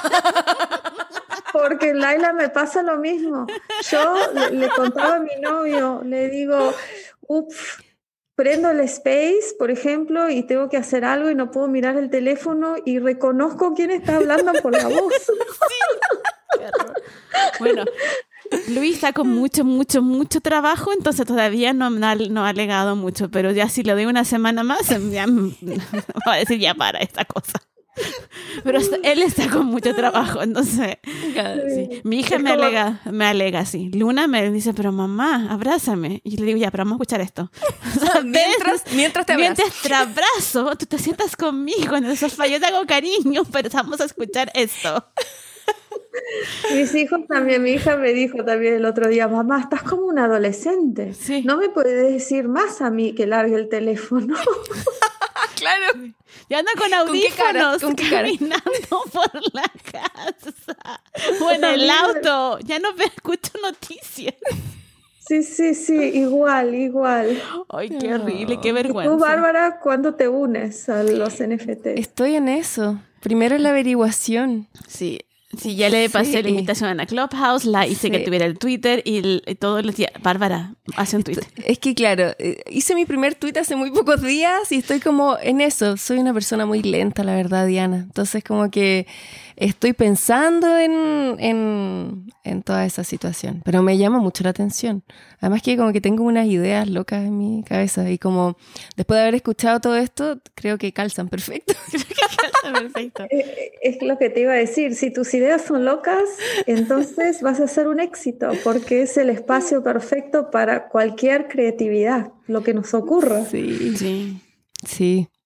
Porque Laila me pasa lo mismo. Yo le, le contaba a mi novio, le digo, uff, prendo el Space, por ejemplo, y tengo que hacer algo y no puedo mirar el teléfono y reconozco quién está hablando por la voz. Sí. Bueno, Luis está con mucho, mucho, mucho trabajo, entonces todavía no, no, no ha alegado mucho, pero ya si le doy una semana más, ya me va a decir ya para esta cosa. Pero él está con mucho trabajo, entonces sí. Mi hija me alega, me alega así. Luna me dice, pero mamá, abrázame. Y yo le digo, ya, pero vamos a escuchar esto. O sea, mientras, mientras te abrazo. Mientras te abrazo, tú te sientas conmigo en el sofá. Yo te hago cariño, pero vamos a escuchar esto. Mis hijos también, mi hija me dijo también el otro día, mamá, estás como un adolescente. Sí. No me puedes decir más a mí que largue el teléfono. Claro. Ya ando con audífonos ¿Con qué cara? ¿Con qué cara? Caminando por la casa o en el auto. Ya no me escucho noticias. Sí, sí, sí, igual, igual. Ay, qué horrible, qué vergüenza. ¿Y tú, Bárbara, cuándo te unes a los N F T? Estoy en eso. Primero en la averiguación. Sí. Sí, ya le pasé sí. la invitación a Clubhouse, la hice sí. que tuviera el Twitter y, el, y todos los días. Bárbara, hace un tweet. Es que claro, hice mi primer tweet hace muy pocos días y estoy como en eso. Soy una persona muy lenta, la verdad, Diana. Entonces como que estoy pensando en, en, en toda esa situación. Pero me llama mucho la atención. Además que como que tengo unas ideas locas en mi cabeza y como después de haber escuchado todo esto, creo que calzan perfecto. Creo que calzan perfecto. Es lo que te iba a decir. Si tus ideas son locas, entonces vas a ser un éxito porque es el espacio perfecto para cualquier creatividad, lo que nos ocurra. Sí, sí, sí.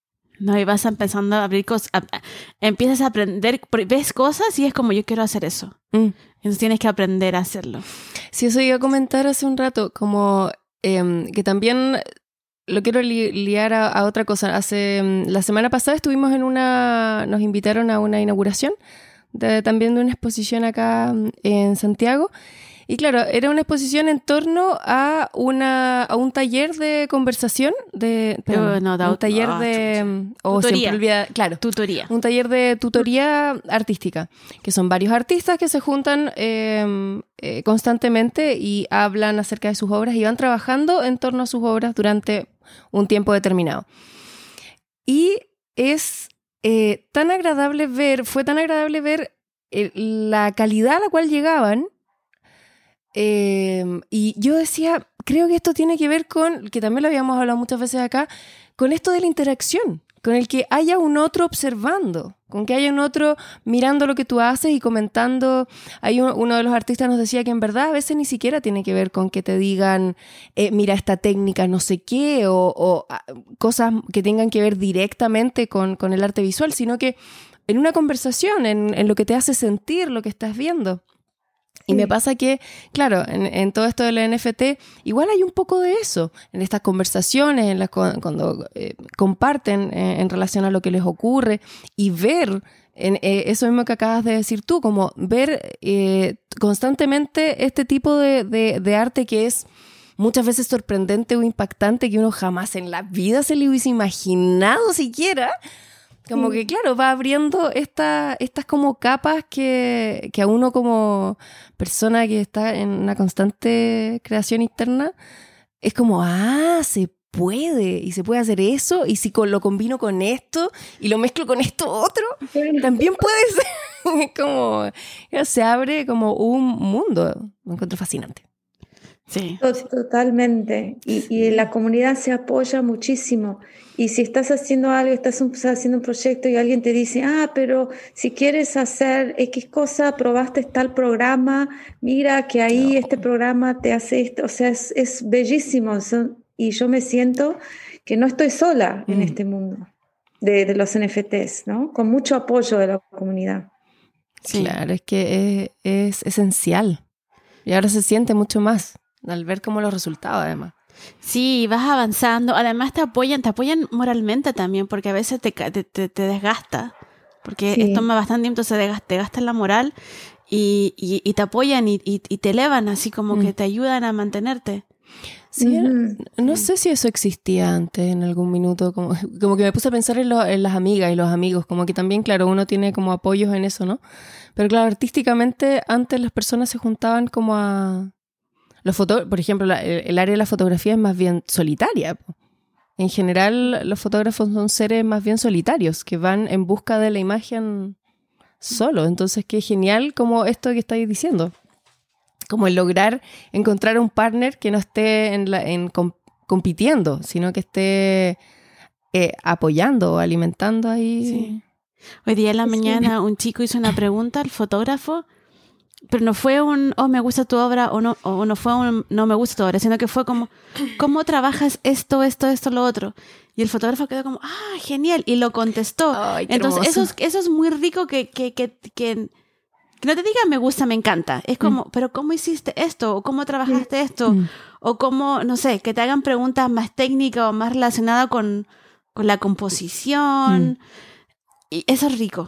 No, y vas empezando a abrir cosas, a, a, empiezas a aprender, ves cosas y es como yo quiero hacer eso. Mm. Entonces tienes que aprender a hacerlo. Sí, eso iba a comentar hace un rato, como eh, que también lo quiero li- liar a, a otra cosa. Hace la semana pasada estuvimos en una, nos invitaron a una inauguración de, también de una exposición acá en Santiago. Y claro, era una exposición en torno a una a un taller de conversación, de perdón, uh, no, da, un taller oh, de... Oh, tutoría. Olvida, claro, tutoría. Un taller de tutoría artística, que son varios artistas que se juntan eh, eh, constantemente y hablan acerca de sus obras y van trabajando en torno a sus obras durante un tiempo determinado. Y es eh, tan agradable ver, fue tan agradable ver eh, la calidad a la cual llegaban. Eh, y yo decía, creo que esto tiene que ver con, que también lo habíamos hablado muchas veces acá, con esto de la interacción, con el que haya un otro observando, con que haya un otro mirando lo que tú haces y comentando. Hay un, uno de los artistas nos decía que en verdad a veces ni siquiera tiene que ver con que te digan, eh, mira esta técnica no sé qué, o, o cosas que tengan que ver directamente con, con el arte visual, sino que en una conversación, en, en lo que te hace sentir lo que estás viendo. Y me pasa que, claro, en, en todo esto del N F T, igual hay un poco de eso, en estas conversaciones, en las, cuando eh, comparten eh, en relación a lo que les ocurre, y ver, en, eh, eso mismo que acabas de decir tú, como ver eh, constantemente este tipo de, de, de arte que es muchas veces sorprendente o impactante, que uno jamás en la vida se le hubiese imaginado siquiera. Como sí. Que, claro, va abriendo esta, estas como capas que, que a uno como persona que está en una constante creación interna, es como, ah, se puede, y se puede hacer eso, y si lo combino con esto, y lo mezclo con esto otro, también puede ser. Como, se abre como un mundo, lo encuentro fascinante. Sí. Totalmente. Y, y la comunidad se apoya muchísimo. Y si estás haciendo algo, estás haciendo un proyecto y alguien te dice, ah, pero si quieres hacer X cosa, probaste tal programa, mira que ahí no. Este programa te hace esto. O sea, es, es bellísimo. Son, y yo me siento que no estoy sola mm. en este mundo de, de los N F Ts, ¿no? Con mucho apoyo de la comunidad. Sí. Claro, es que es, es esencial. Y ahora se siente mucho más al ver como los resultados, además. Sí, vas avanzando. Además te apoyan, te apoyan moralmente también, porque a veces te, te, te, te desgasta. Porque sí. Toma bastante tiempo, se desgasta, te gasta la moral y, y, y te apoyan y, y, y te elevan, así como mm. que te ayudan a mantenerte. Sí, mm-hmm. No sé si eso existía antes en algún minuto, como, como que me puse a pensar en, lo, en las amigas y los amigos, como que también, claro, uno tiene como apoyos en eso, ¿no? Pero claro, artísticamente antes las personas se juntaban como a... Los foto- por ejemplo, la, el, el área de la fotografía es más bien solitaria. En general, los fotógrafos son seres más bien solitarios, que van en busca de la imagen solo. Entonces, qué genial como esto que estáis diciendo. Como el lograr encontrar un partner que no esté en la, en com- compitiendo, sino que esté eh, apoyando o alimentando ahí. Sí. Hoy día en la mañana un chico hizo una pregunta al fotógrafo, pero no fue un, oh, me gusta tu obra, o no, o no fue un, no me gusta tu obra, sino que fue como, ¿cómo trabajas esto, esto, esto, lo otro? Y el fotógrafo quedó como, ah, genial, y lo contestó. Ay, entonces eso es, eso es muy rico que, que, que, que, que no te digan me gusta, me encanta. Es como, mm. pero ¿cómo hiciste esto? ¿O cómo trabajaste esto? Mm. O cómo, no sé, que te hagan preguntas más técnicas o más relacionadas con, con la composición. Mm. Y eso es rico.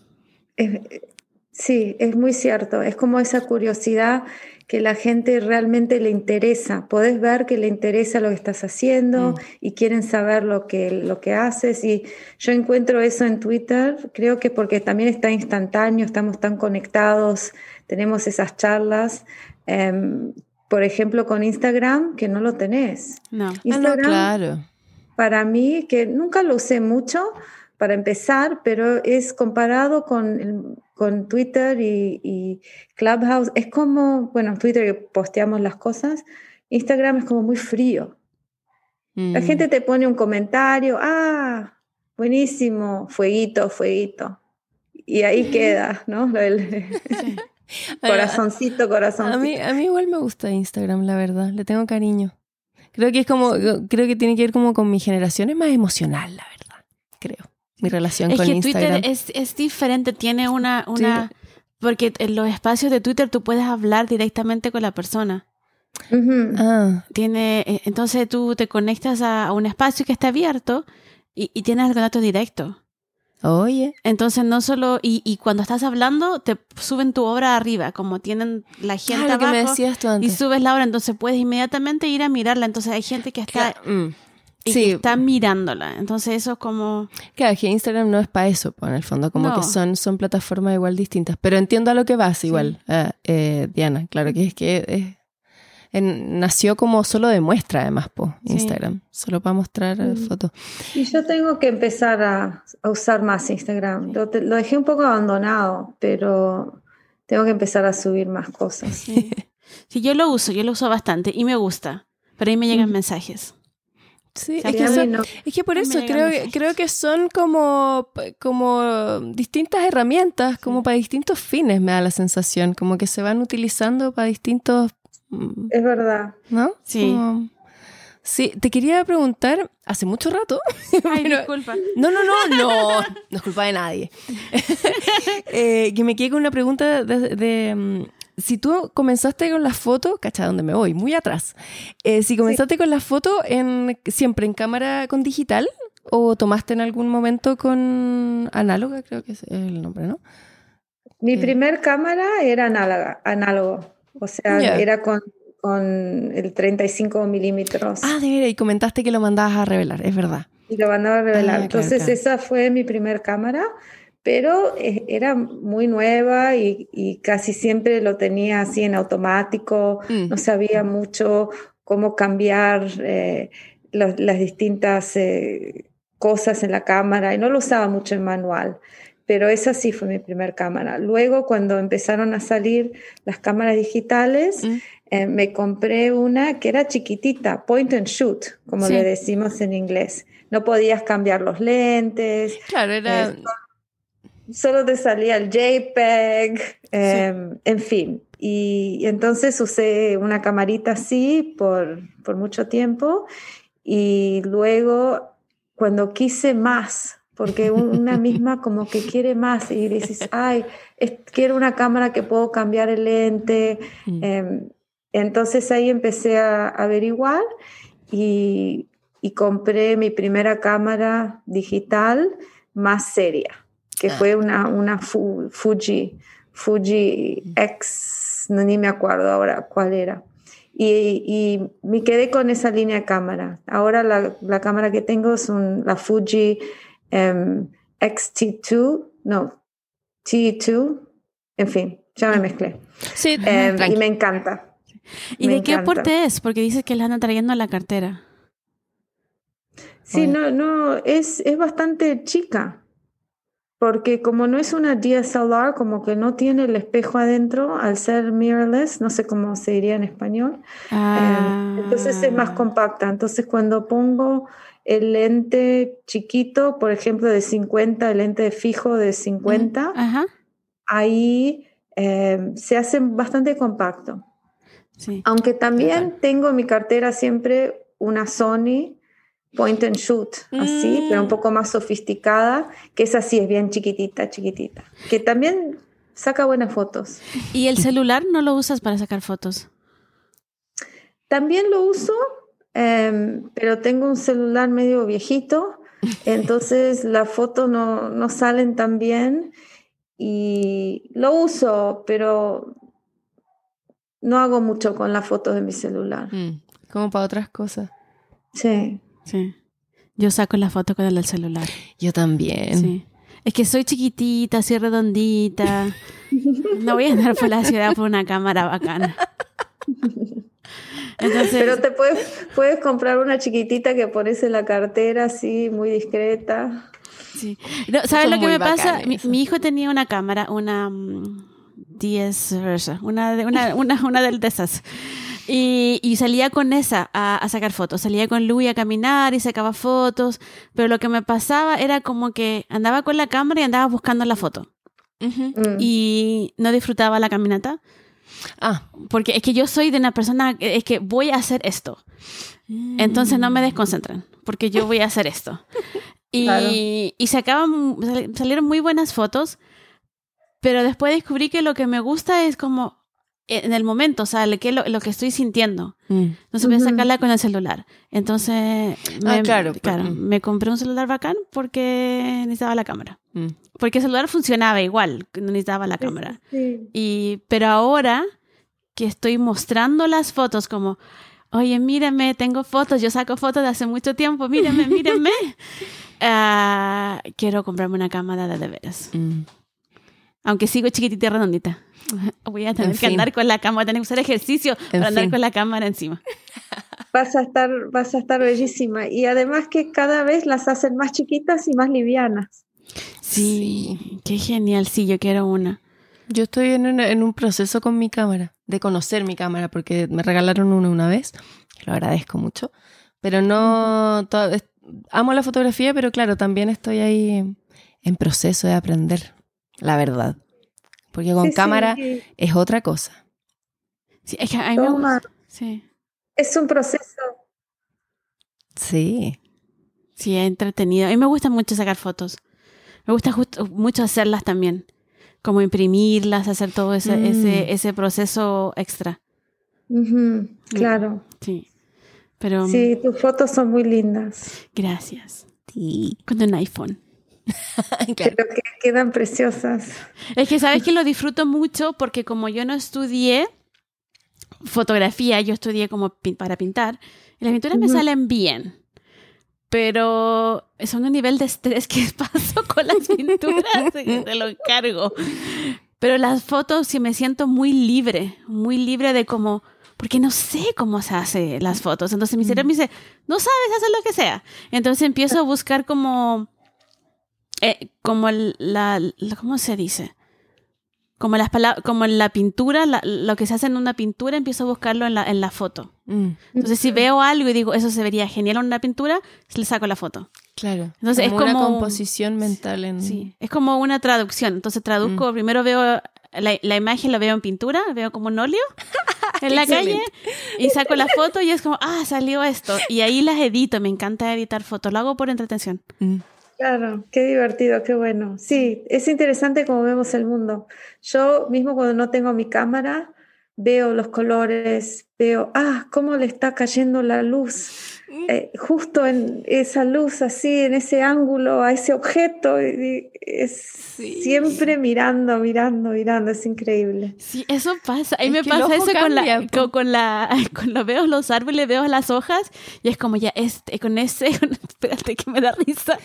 Eh, Sí, es muy cierto. Es como esa curiosidad que la gente realmente le interesa. Podés ver que le interesa lo que estás haciendo mm. y quieren saber lo que, lo que haces. Y yo encuentro eso en Twitter, creo que porque también está instantáneo, estamos tan conectados, tenemos esas charlas. Um, por ejemplo, con Instagram, que no lo tenés. No, Instagram, ah, no, claro. Para mí, que nunca lo usé mucho, para empezar, pero es comparado con, el, con Twitter y, y Clubhouse, es como, bueno, en Twitter posteamos las cosas, Instagram es como muy frío. Mm. La gente te pone un comentario, ah, buenísimo, fueguito, fueguito, y ahí queda, ¿no? El, sí. corazoncito, corazoncito. A mí, a mí igual me gusta Instagram, la verdad, le tengo cariño. Creo que es como, creo que tiene que ver como con mi generación, es más emocional, la verdad, creo. mi relación es con que Instagram. Twitter es, es diferente, tiene una... una Sí. Porque en los espacios de Twitter tú puedes hablar directamente con la persona. Ujú. Ah, Tiene, eh, entonces tú te conectas a, a un espacio que está abierto y, y tienes el contacto directo. oye. Entonces no solo... Y, y cuando estás hablando te suben tu obra arriba, como tienen la gente Ah, lo que me abajo, decías tú y antes. subes la obra, entonces puedes inmediatamente ir a mirarla. Entonces hay gente que está, Claro, mm. y Sí. que está mirándola. Entonces eso es como... Claro, que Instagram no es para eso, pues, en el fondo, como No. que son, son plataformas igual distintas. Pero entiendo a lo que vas igual, ah, eh, Diana. Claro que es que eh, en- nació como solo de muestra, además, po, Sí. Instagram. Solo para mostrar eh, Mm. fotos. Y yo tengo que empezar a, a usar más Instagram. Lo, te- lo dejé un poco abandonado, pero tengo que empezar a subir más cosas. Sí. Sí, yo lo uso, yo lo uso bastante y me gusta. Pero ahí me llegan Mm. mensajes. Sí, Sí, es Y que, a mí son- no. es que por Me eso llegan creo, mensajes. creo que son como, como distintas herramientas, como para distintos fines, me da la sensación. Como que se van utilizando para distintos... mm, Es verdad. ¿no? Sí. Como- sí, te quería preguntar, hace mucho rato. Ay, pero- disculpa. No, no, no, no, no es culpa de nadie. Eh, que me quedé con una pregunta de, de, mm, si tú comenzaste con las fotos, cacha, ¿dónde me voy? Muy atrás. Eh, si comenzaste con las fotos en, siempre en cámara con digital o tomaste en algún momento con análoga, creo que es el nombre, ¿no? Mi Eh. primer cámara era análoga, análogo, o sea, Ya. era con, con el treinta y cinco milímetros Ah, de veras, y comentaste que lo mandabas a revelar, es verdad. y lo mandaba a revelar. Ah, claro, Entonces claro. esa fue mi primer cámara, pero eh, era muy nueva y, y casi siempre lo tenía así en automático, Mm. no sabía mucho cómo cambiar eh, los- las distintas eh, cosas en la cámara y no lo usaba mucho en manual. Pero esa sí fue mi primer cámara. Luego, cuando empezaron a salir las cámaras digitales, Mm. eh, me compré una que era chiquitita, point and shoot, como Sí. le decimos en inglés. No podías cambiar los lentes, Claro, era... Eh, solo te salía el JPEG, eh, en fin. Y, y entonces usé una camarita así por, por mucho tiempo y luego cuando quise más, porque una misma como que quiere más y dices, ay, es- quiero una cámara que puedo cambiar el lente. Mm. Eh, entonces ahí empecé a averiguar y, y compré mi primera cámara digital más seria, que Ah. fue una, una Fu- Fuji, Fuji X, no, ni me acuerdo ahora cuál era. Y, y me quedé con esa línea de cámara. Ahora la, la cámara que tengo es un, la Fuji em, X T dos, no, T dos, en fin, ya me mezclé. Sí, Em, tranqui. y me encanta. ¿Y Me de qué encanta. aporte es? Porque dices que la andan trayendo a la cartera. Sí, Bueno. no, no, es, es bastante chica, porque como no es una D S L R, como que no tiene el espejo adentro, al ser mirrorless, no sé cómo se diría en español, Ah. eh, entonces es más compacta. Entonces cuando pongo el lente chiquito, por ejemplo de cincuenta, el lente fijo de cincuenta, Ajá. ahí eh, se hace bastante compacto. Sí. Aunque también Bacán. tengo en mi cartera siempre una Sony point and shoot, así, Mm. pero un poco más sofisticada, que esa sí es bien chiquitita, chiquitita, que también saca buenas fotos. ¿Y el celular no lo usas para sacar fotos? También lo uso, eh, pero tengo un celular medio viejito, entonces las fotos no, no salen tan bien y lo uso, pero no hago mucho con las fotos de mi celular. Mm, como para otras cosas. Sí. Sí. Yo saco la foto con el del celular. Yo también. Sí. Es que soy chiquitita, así redondita. No voy a andar por la ciudad por una cámara bacana. Entonces, Pero te puedes, puedes comprar una chiquitita que pones en la cartera así, muy discreta. sí. No, ¿sabes Son lo que muy me pasa? bacanes Mi, eso. mi hijo tenía una cámara, una mm, D S Versa, una de, una, una, una de esas. Y, y salía con esa a, a sacar fotos. Salía con Louis a caminar y sacaba fotos. Pero lo que me pasaba era como que andaba con la cámara y andaba buscando la foto. Ujú. Mm. Y no disfrutaba la caminata. Ah, Porque es que yo soy de una persona, es que voy a hacer esto. Entonces no me desconcentran, porque yo voy a hacer esto. Y, Claro. y sacaban, salieron muy buenas fotos, pero después descubrí que lo que me gusta es como en el momento, o sea, lo que, lo, lo que estoy sintiendo. Mm. No se puede Ujú. sacarla con el celular. Entonces, Ah, me, claro, claro, pues, mm. me compré un celular bacán porque necesitaba la cámara. Mm. Porque el celular funcionaba igual, no necesitaba la cámara. Sí. Y, pero ahora que estoy mostrando las fotos como, oye, mírame, tengo fotos, yo saco fotos de hace mucho tiempo, mírame, mírame. uh, quiero comprarme una cámara de de veras. Mm. Aunque sigo chiquitita y redondita. Voy a tener En que fin. andar con la cámara, tener que hacer ejercicio En para andar fin. con la cámara encima. Vas a estar, vas a estar bellísima. Y además que cada vez las hacen más chiquitas y más livianas. Sí, qué genial. Sí, yo quiero una. Yo estoy en un, en un proceso con mi cámara, de conocer mi cámara, porque me regalaron una una vez, lo agradezco mucho, pero no, to- es- amo la fotografía, pero claro, también estoy ahí en proceso de aprender, la verdad, porque con Sí, sí, cámara y es otra cosa. Sí, es que a mí me Toma. gusta. Sí, es un proceso. Sí, sí, es entretenido. A mí me gusta mucho sacar fotos. Me gusta justo, mucho hacerlas también. Como imprimirlas, hacer todo ese, Mm. ese, ese proceso extra. Ujú, claro. Sí. Pero Sí, tus fotos son muy lindas. gracias. sí. Con un iPhone. Claro. Pero que quedan preciosas. Es que sabes que lo disfruto mucho porque como yo no estudié fotografía, yo estudié como pin- para pintar, y las pinturas me Ujú. salen bien. Pero son un nivel de estrés que paso con las pinturas, que te lo encargo. Pero las fotos sí me siento muy libre, muy libre de como, porque no sé cómo se hace las fotos. Entonces mi cerebro me dice, no sabes hacer lo que sea. Entonces empiezo a buscar como, eh, como el- la, la- ¿cómo se dice? Como las palabras, como en la pintura, la- lo que se hace en una pintura, empiezo a buscarlo en la, en la foto. Mm, Entonces, si veo algo y digo, eso se vería genial en una pintura, le saco la foto. claro. Entonces, como es una como- composición mental en... Sí, es como una traducción. Entonces, traduzco, primero veo la, la imagen, la veo en pintura, veo como un óleo en la calle y saco la foto y es como, ah, salió esto. Y ahí las edito, me encanta editar fotos, lo hago por entretención. Mm. Claro, qué divertido, qué bueno. Sí, es interesante cómo vemos el mundo. Yo mismo cuando no tengo mi cámara, veo los colores, veo, ah, cómo le está cayendo la luz, eh, justo en esa luz, así, en ese ángulo, a ese objeto. Y, y es Sí. siempre mirando, mirando, mirando, es increíble. Sí, eso pasa. A mí Es me que el pasa ojo eso con la, cambia, po. con, con la, cuando veo los árboles, veo las hojas y es como ya, este, con ese, con- espérate que me da risa.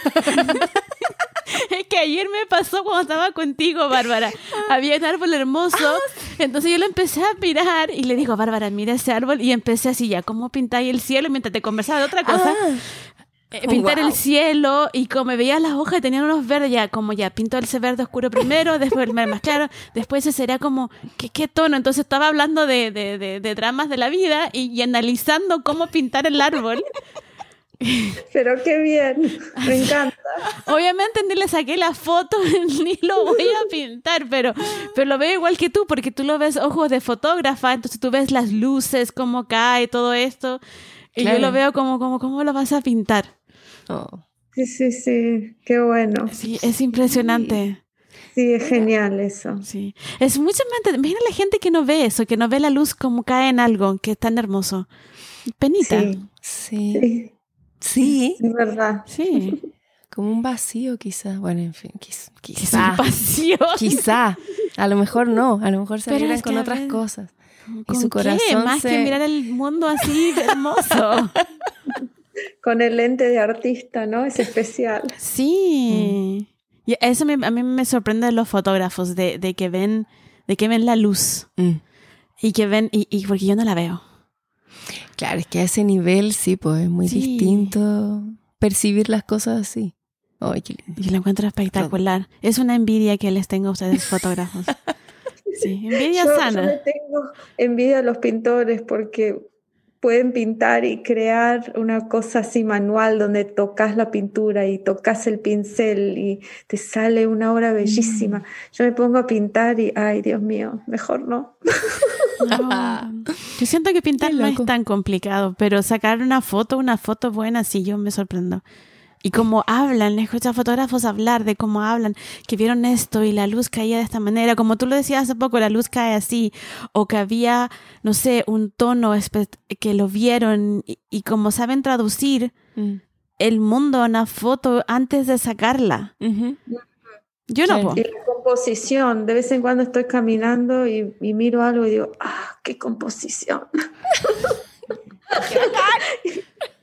Es que ayer me pasó cuando estaba contigo, Bárbara. Había un árbol hermoso, entonces yo lo empecé a mirar y le digo, Bárbara, mira ese árbol y empecé así ya, ¿cómo pintáis el cielo? Mientras te conversaba de otra cosa. Ah, Eh, pintar Wow. el cielo y como me veía las hojas tenían unos verdes ya como ya pinto ese verde oscuro primero, después el verde más claro, después ese sería como ¿qué, qué tono? Entonces estaba hablando de, de, de, de dramas de la vida y, y analizando cómo pintar el árbol. Pero qué bien, me encanta. Obviamente ni le saqué la foto ni lo voy a pintar, pero, pero lo veo igual que tú porque tú lo ves ojos de fotógrafa, entonces tú ves las luces, cómo cae todo esto y Claro. yo lo veo como, como ¿cómo lo vas a pintar? oh. Sí, sí, sí, qué bueno. Sí, es impresionante. Sí, es genial eso. Sí, es mucha mente. Imagina la gente que no ve eso, que no ve la luz como cae en algo que es tan hermoso. Penita. Sí, Sí, sí, sí, es verdad. Sí. como un vacío quizá. Bueno, en fin, quiz- Es quizá. un pasión. Quizá. A lo mejor no, a lo mejor se Pero alegran es que con a otras ver, cosas. ¿Con su qué? corazón Más se- que mirar el mundo así de hermoso. Con el lente de artista, ¿no? Es especial. Sí. Y eso me- a mí me sorprende de los fotógrafos, de, de que ven, de que ven la luz Mm. y que ven, y, y porque yo no la veo. Claro, es que a ese nivel sí, pues es muy Sí. distinto percibir las cosas así. Ay, qué lindo. Y lo encuentro espectacular. Es una envidia que les tengo a ustedes, fotógrafos. Sí, envidia Yo, yo sana. le tengo envidia a los pintores porque pueden pintar y crear una cosa así manual donde tocas la pintura y tocas el pincel y te sale una obra bellísima. Yo me pongo a pintar y, ay, Dios mío, mejor no. No. Yo siento que pintar Qué no es loco. tan complicado, pero sacar una foto, una foto buena, sí, yo me sorprendo. Y cómo hablan, les escucho a fotógrafos hablar de cómo hablan, que vieron esto y la luz caía de esta manera, como tú lo decías hace poco, la luz cae así, o que había, no sé, un tono que lo vieron y, y como saben traducir mm. el mundo a una foto antes de sacarla. Uh-huh. Yo no puedo. Y la composición, de vez en cuando estoy caminando y, y miro algo y digo, ¡ah, qué composición! Sí.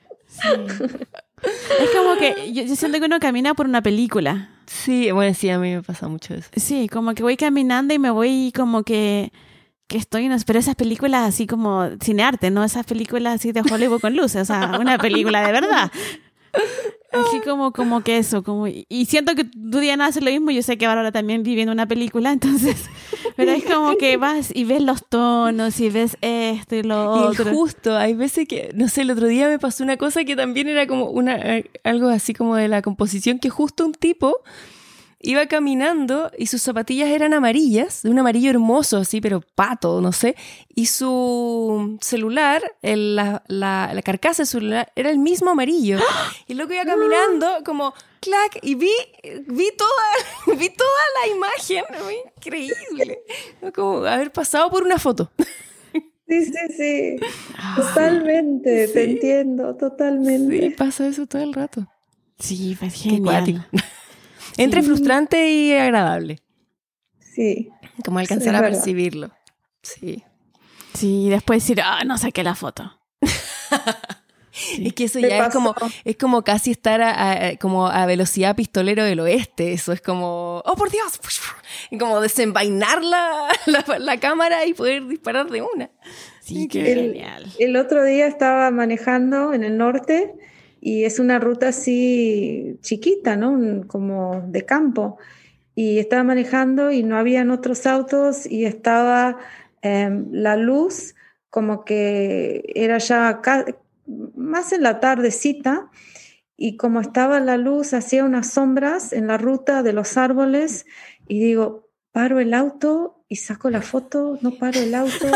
Es como que yo, yo siento que uno camina por una película. Sí, bueno, sí, a mí me pasa mucho eso. Sí, como que voy caminando y me voy como que, que estoy, no, pero esas películas así como cinearte, ¿no? Esas películas así de Hollywood con luces, o sea, una película de verdad. Así como, como que eso, como, y siento que tú, Diana, haces lo mismo. Yo sé que Bárbara también vive en una película, entonces, pero es como que vas y ves los tonos y ves esto y lo y otro. Y justo, hay veces que, no sé, el otro día me pasó una cosa que también era como una, algo así como de la composición, que justo un tipo iba caminando y sus zapatillas eran amarillas, de un amarillo hermoso así, pero pato, no sé, y su celular, el, la, la, la carcasa del celular era el mismo amarillo. Y luego iba caminando como clac y vi, vi, toda, vi toda la imagen, increíble, como haber pasado por una foto. Sí, sí, sí, totalmente, sí. Te entiendo, totalmente. Sí, pasa eso todo el rato. Sí, pues genial. Entre sí. frustrante y agradable. Sí. Como alcanzar sí, a percibirlo. Sí. Sí, y después decir, ah, oh, no saqué la foto. Sí. Es que eso ya es como, es como casi estar a, a, como a velocidad pistolero del oeste. Eso es como, oh, por Dios. Y como desenvainar la, la, la cámara y poder disparar de una. Sí, qué el, genial. El otro día estaba manejando en el norte. Y es una ruta así chiquita, ¿no? Como de campo. Y estaba manejando y no habían otros autos y estaba eh, la luz como que era ya ca- más en la tardecita y como estaba la luz hacía unas sombras en la ruta de los árboles y digo, paro el auto y saco la foto, no paro el auto.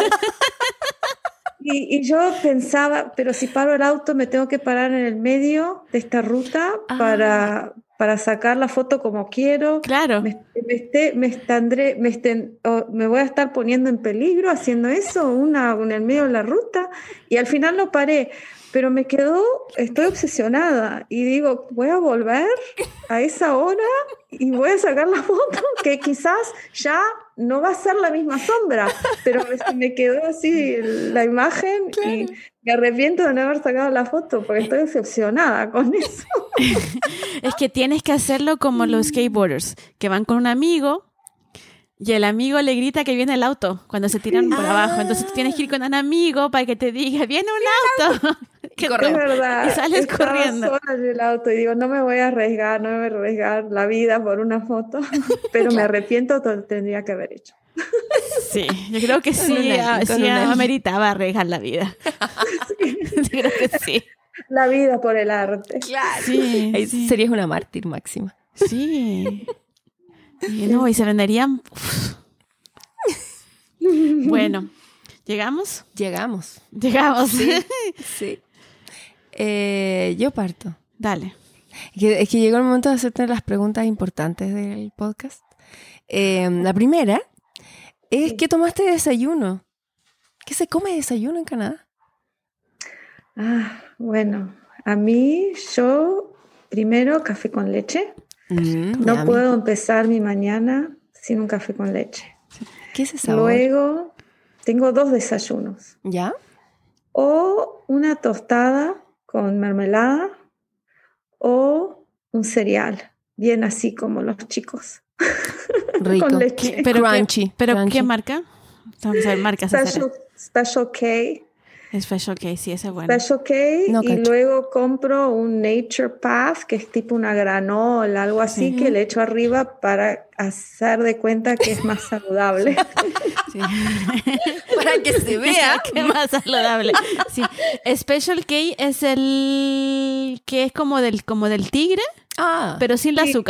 Y, y yo pensaba, pero si paro el auto me tengo que parar en el medio de esta ruta ah. para, para sacar la foto como quiero. Claro. Me, me, esté, me, estandré, me, estén, me voy a estar poniendo en peligro haciendo eso, una en el medio de la ruta. Y al final no paré, pero me quedó, estoy obsesionada. Y digo, voy a volver a esa hora y voy a sacar la foto, que quizás ya no va a ser la misma sombra, pero me, me quedó así la imagen claro. Y me arrepiento de no haber sacado la foto porque estoy decepcionada con eso. Es que tienes que hacerlo como los skateboarders, que van con un amigo y el amigo le grita que viene el auto cuando se tiran por ah. abajo. Entonces tú tienes que ir con un amigo para que te diga, viene un auto. Que es verdad, y sales estaba corriendo. sola en el auto y digo, no me voy a arriesgar, no me voy a arriesgar la vida por una foto, pero me arrepiento, todo tendría que haber hecho. Sí, yo creo que sí, una, sí ameritaba arriesgar la vida. Sí. Yo creo que sí. La vida por el arte. Claro. Sí, ahí sí. Serías una mártir máxima. Sí. Y no, y se venderían. Bueno, ¿llegamos? Llegamos. Llegamos. Sí. Sí. Eh, yo parto. Dale. Es que, es que llegó el momento de hacerte las preguntas importantes del podcast. Eh, la primera es, ¿qué tomaste de desayuno? ¿Qué se come de desayuno en Canadá? Ah, bueno, a mí, yo, primero, café con leche. Mm, no puedo empezar mi mañana sin un café con leche. ¿Qué es ese sabor? Luego, tengo dos desayunos. ¿Ya? O una tostada con mermelada o un cereal, bien así como los chicos. Rico. Con leche. ¿Qué, pero crunchy. ¿Qué, ¿Pero crunchy. qué marca? Vamos a ver marcas. Special, Special K. Special K, sí, ese es bueno. Special K no, y cacho. Luego compro un Nature Path, que es tipo una granola, algo así, sí. Que le echo arriba para hacer de cuenta que es más saludable. Sí. Para que se vea que es más saludable. Sí. Special K es el que es como del, como del tigre, ah, pero sin el sí. azúcar.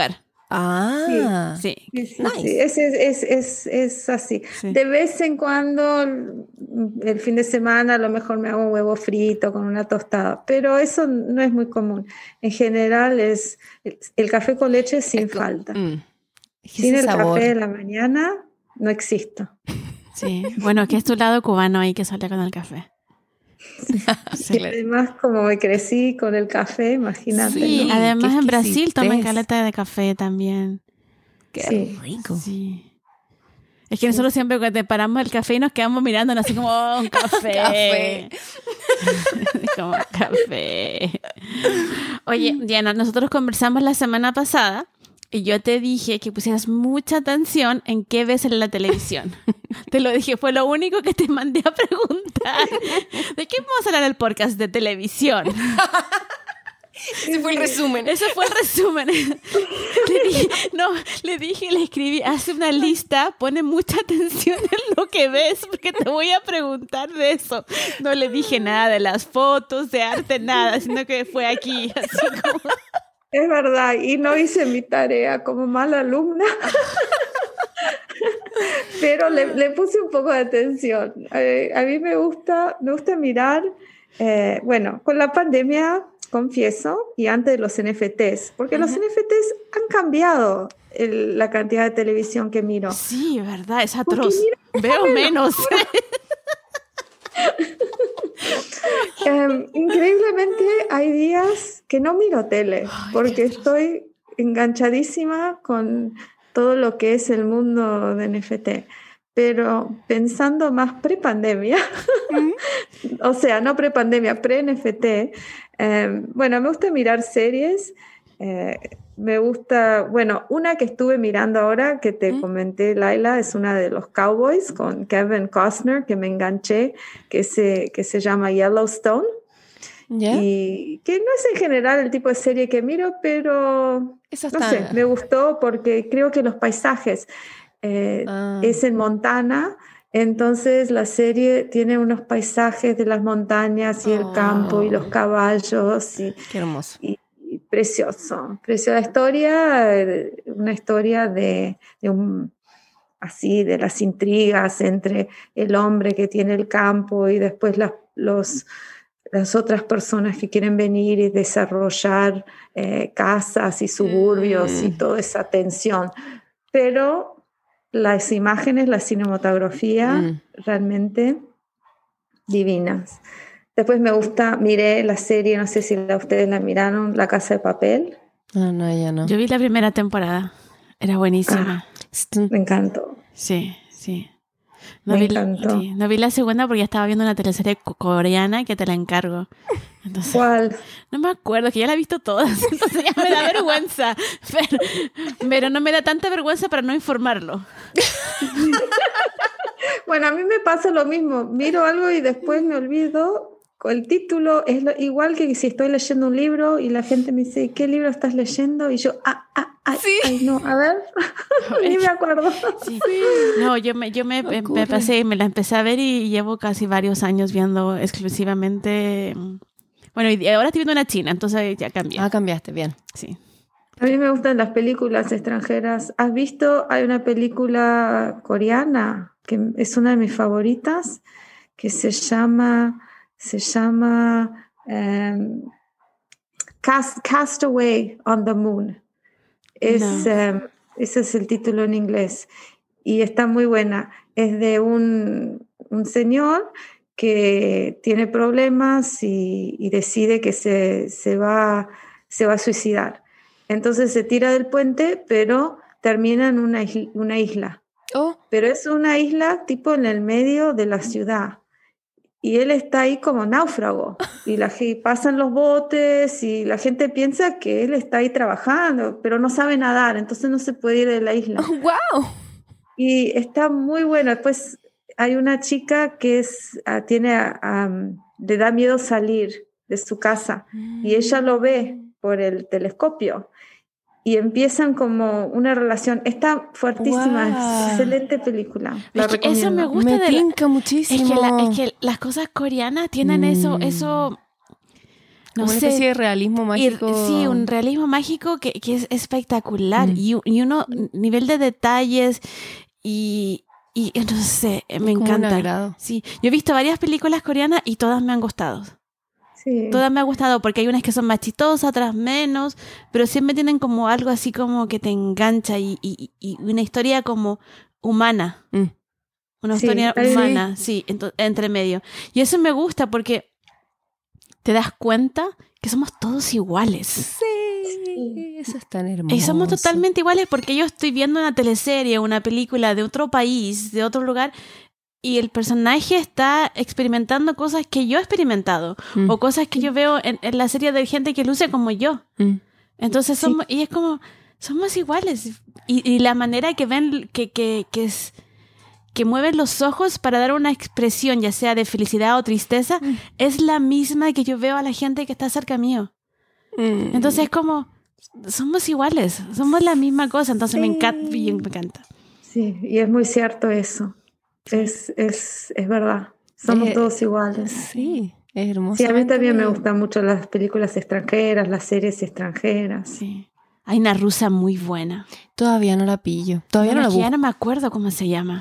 Ah, Sí. Sí, sí, Nice. sí, es, es, es, es, es así. Sí. De vez en cuando, el fin de semana, a lo mejor me hago un huevo frito con una tostada, pero eso no es muy común. En general es el, el café con leche sin Es co- falta. Mm. Es que Sin ese el sabor. café de la mañana no existo. Sí. Bueno, que es tu lado cubano ahí que sale con el café. Sí. Y además, como me crecí con el café, imagínate, Sí, ¿no? además qué en Brasil toman exquisitez. caleta de café también. Qué Sí. rico. Sí. Es que nosotros siempre cuando te paramos el café y nos quedamos mirándonos así como, oh, un café. Café. Como café. Oye, Diana, nosotros conversamos la semana pasada y yo te dije que pusieras mucha atención en qué ves en la televisión. Te lo dije, fue lo único que te mandé a preguntar. ¿De qué vamos a hablar en el podcast? De televisión. Ese fue el resumen. Eso fue el resumen. Le dije, no, le dije, le escribí, hace una lista, pone mucha atención en lo que ves, porque te voy a preguntar de eso. No le dije nada de las fotos, de arte, nada, sino que fue aquí, así como... Es verdad, y no hice mi tarea como mala alumna. Pero le, le puse un poco de atención. Eh, a mí me gusta, me gusta mirar, eh, bueno, con la pandemia, confieso, y antes de los N F Ts, porque uh-huh. los N F Ts han cambiado el, la cantidad de televisión que miro. Sí, verdad, es atroz. Veo menos. um, increíblemente hay días que no miro tele, Ay, porque estoy enganchadísima con todo lo que es el mundo de N F T. Pero pensando más pre-pandemia, ¿Mm? o sea, no pre-pandemia, pre-N F T, eh, bueno, me gusta mirar series, eh, me gusta, bueno, una que estuve mirando ahora, que te ¿Mm? comenté, Laila, es una de los Cowboys con Kevin Costner, que me enganché, que se, que se llama Yellowstone, ¿Yeah? y que no es en general el tipo de serie que miro, pero, Eso está... no sé, me gustó porque creo que los paisajes... Eh, ah. es en Montana, entonces la serie tiene unos paisajes de las montañas y oh. el campo y los caballos y, Qué hermoso. Y, y precioso, preciosa historia, una historia de, de un así de las intrigas entre el hombre que tiene el campo y después las, los, las otras personas que quieren venir y desarrollar eh, casas y suburbios mm. y toda esa tensión, pero las imágenes, la cinematografía, mm. realmente divinas. Después me gusta, miré la serie, no sé si la, ustedes la miraron, La Casa de Papel. No, no, ya no. Yo vi la primera temporada, era buenísima. Ah, me encantó. Sí, sí. No me vi, encantó. Sí, no vi la segunda porque ya estaba viendo una teleserie coreana que te la encargo. Entonces, ¿cuál? No me acuerdo, que ya la he visto todas, entonces ya me da vergüenza. Pero, pero no me da tanta vergüenza para no informarlo. Bueno, a mí me pasa lo mismo. Miro algo y después me olvido. El título es lo, igual que si estoy leyendo un libro y la gente me dice, ¿qué libro estás leyendo? Y yo, ah, ah, ay, ¿Sí? ay no, a ver, ni me acuerdo. Sí. Sí. No, yo me, yo me, me, me pasé, me la empecé a ver y llevo casi varios años viendo exclusivamente... Bueno, y ahora estoy viendo una china, entonces ya cambié. Ah, cambiaste, bien. Sí. A mí me gustan las películas extranjeras. ¿Has visto? Hay una película coreana que es una de mis favoritas, que se llama... Se llama um, Cast, Castaway on the Moon. Es, no. um, ese es el título en inglés. Y está muy buena. Es de un, un señor que tiene problemas y, y decide que se, se, va, se va a suicidar. Entonces se tira del puente, pero termina en una isla. Una isla. Oh. Pero es una isla tipo en el medio de la ciudad. Y él está ahí como náufrago, y la, pasan los botes y la gente piensa que él está ahí trabajando, pero no sabe nadar, entonces no se puede ir de la isla. Oh, ¡wow! Y está muy bueno. Después hay una chica que es, uh, tiene, um, le da miedo salir de su casa, mm. y ella lo ve por el telescopio. Y empiezan como una relación. Está fuertísima, wow. Excelente película. La es que eso me gusta. Me de tinca la, muchísimo. Es que, la, es que las cosas coreanas tienen mm. eso, eso. no Como sé, una especie de realismo mágico. Y, sí, un realismo mágico que, que es espectacular. Mm. Y, y uno, nivel de detalles y, y no sé, me como encanta. un agrado. Sí, yo he visto varias películas coreanas y todas me han gustado. Sí. Todas me han gustado porque hay unas que son más chistosas, otras menos, pero siempre tienen como algo así como que te engancha y, y, y una historia como humana. Mm. Una Sí, historia ahí- humana, sí, ento- entre medio. Y eso me gusta porque te das cuenta que somos todos iguales. Sí, eso es tan hermoso. Y somos totalmente iguales porque yo estoy viendo una teleserie, una película de otro país, de otro lugar, y el personaje está experimentando cosas que yo he experimentado, Mm. o cosas que yo veo en, en la serie de gente que luce como yo. Mm. Entonces Sí. somos, y es como, somos iguales. Y, y la manera que ven, que, que, que es, que mueven los ojos para dar una expresión, ya sea de felicidad o tristeza, Mm. es la misma que yo veo a la gente que está cerca mío. Mm. Entonces es como, somos iguales, somos la misma cosa. Entonces me Sí. encanta, y me encanta. Sí, y es muy cierto eso. Es, es, es verdad. Somos Eh, todos iguales. Sí, es hermoso. Sí, a mí también me gustan mucho las películas extranjeras, las series extranjeras. Sí. Hay una rusa muy buena. Todavía no la pillo. Todavía Bueno, no la es que ya busco. no me acuerdo cómo se llama.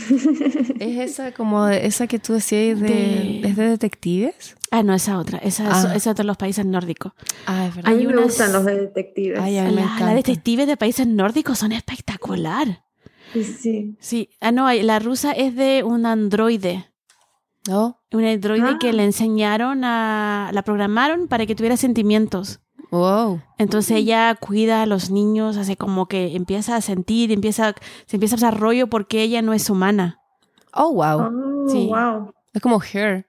Es esa como de- esa que tú decías de, De- ¿es de detectives? Ah, no, esa otra. Esa, Ah. esa es de los países nórdicos. Ah, es A verdad. mí Hay me unas- gustan los de detectives. Ay, a mí me La- encanta. Las detectives de países nórdicos son espectacular. Sí, sí. Sí. Ah, no, la rusa es de un androide. ¿No? Un androide Ah. que le enseñaron a... La programaron para que tuviera sentimientos. Wow. Entonces ella cuida a los niños, hace como que empieza a sentir, empieza, se empieza a hacer rollo porque ella no es humana. Oh, wow. Oh, Sí. wow. Es como Her.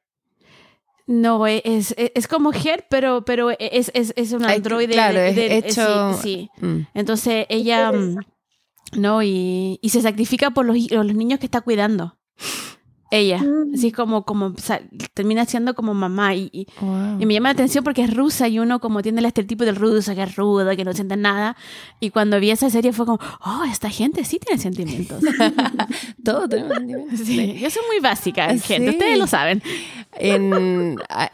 No, es, es, es como Her, pero, pero es, es, es un Ay, androide. claro, de- es de- hecho- Sí, sí. Mm. Entonces ella, mm, no, y, y se sacrifica por los, hi- los niños que está cuidando. Ella, Mm. así como, como o sea, termina siendo como mamá. Y, y, Wow. y me llama la atención porque es rusa y uno como tiene el estereotipo del ruso, que es rudo, que no siente nada. Y cuando vi esa serie fue como, oh, esta gente sí tiene sentimientos. Todos tenemos sentimientos. Sí, yo soy muy básica, Sí. gente, ustedes lo saben. En,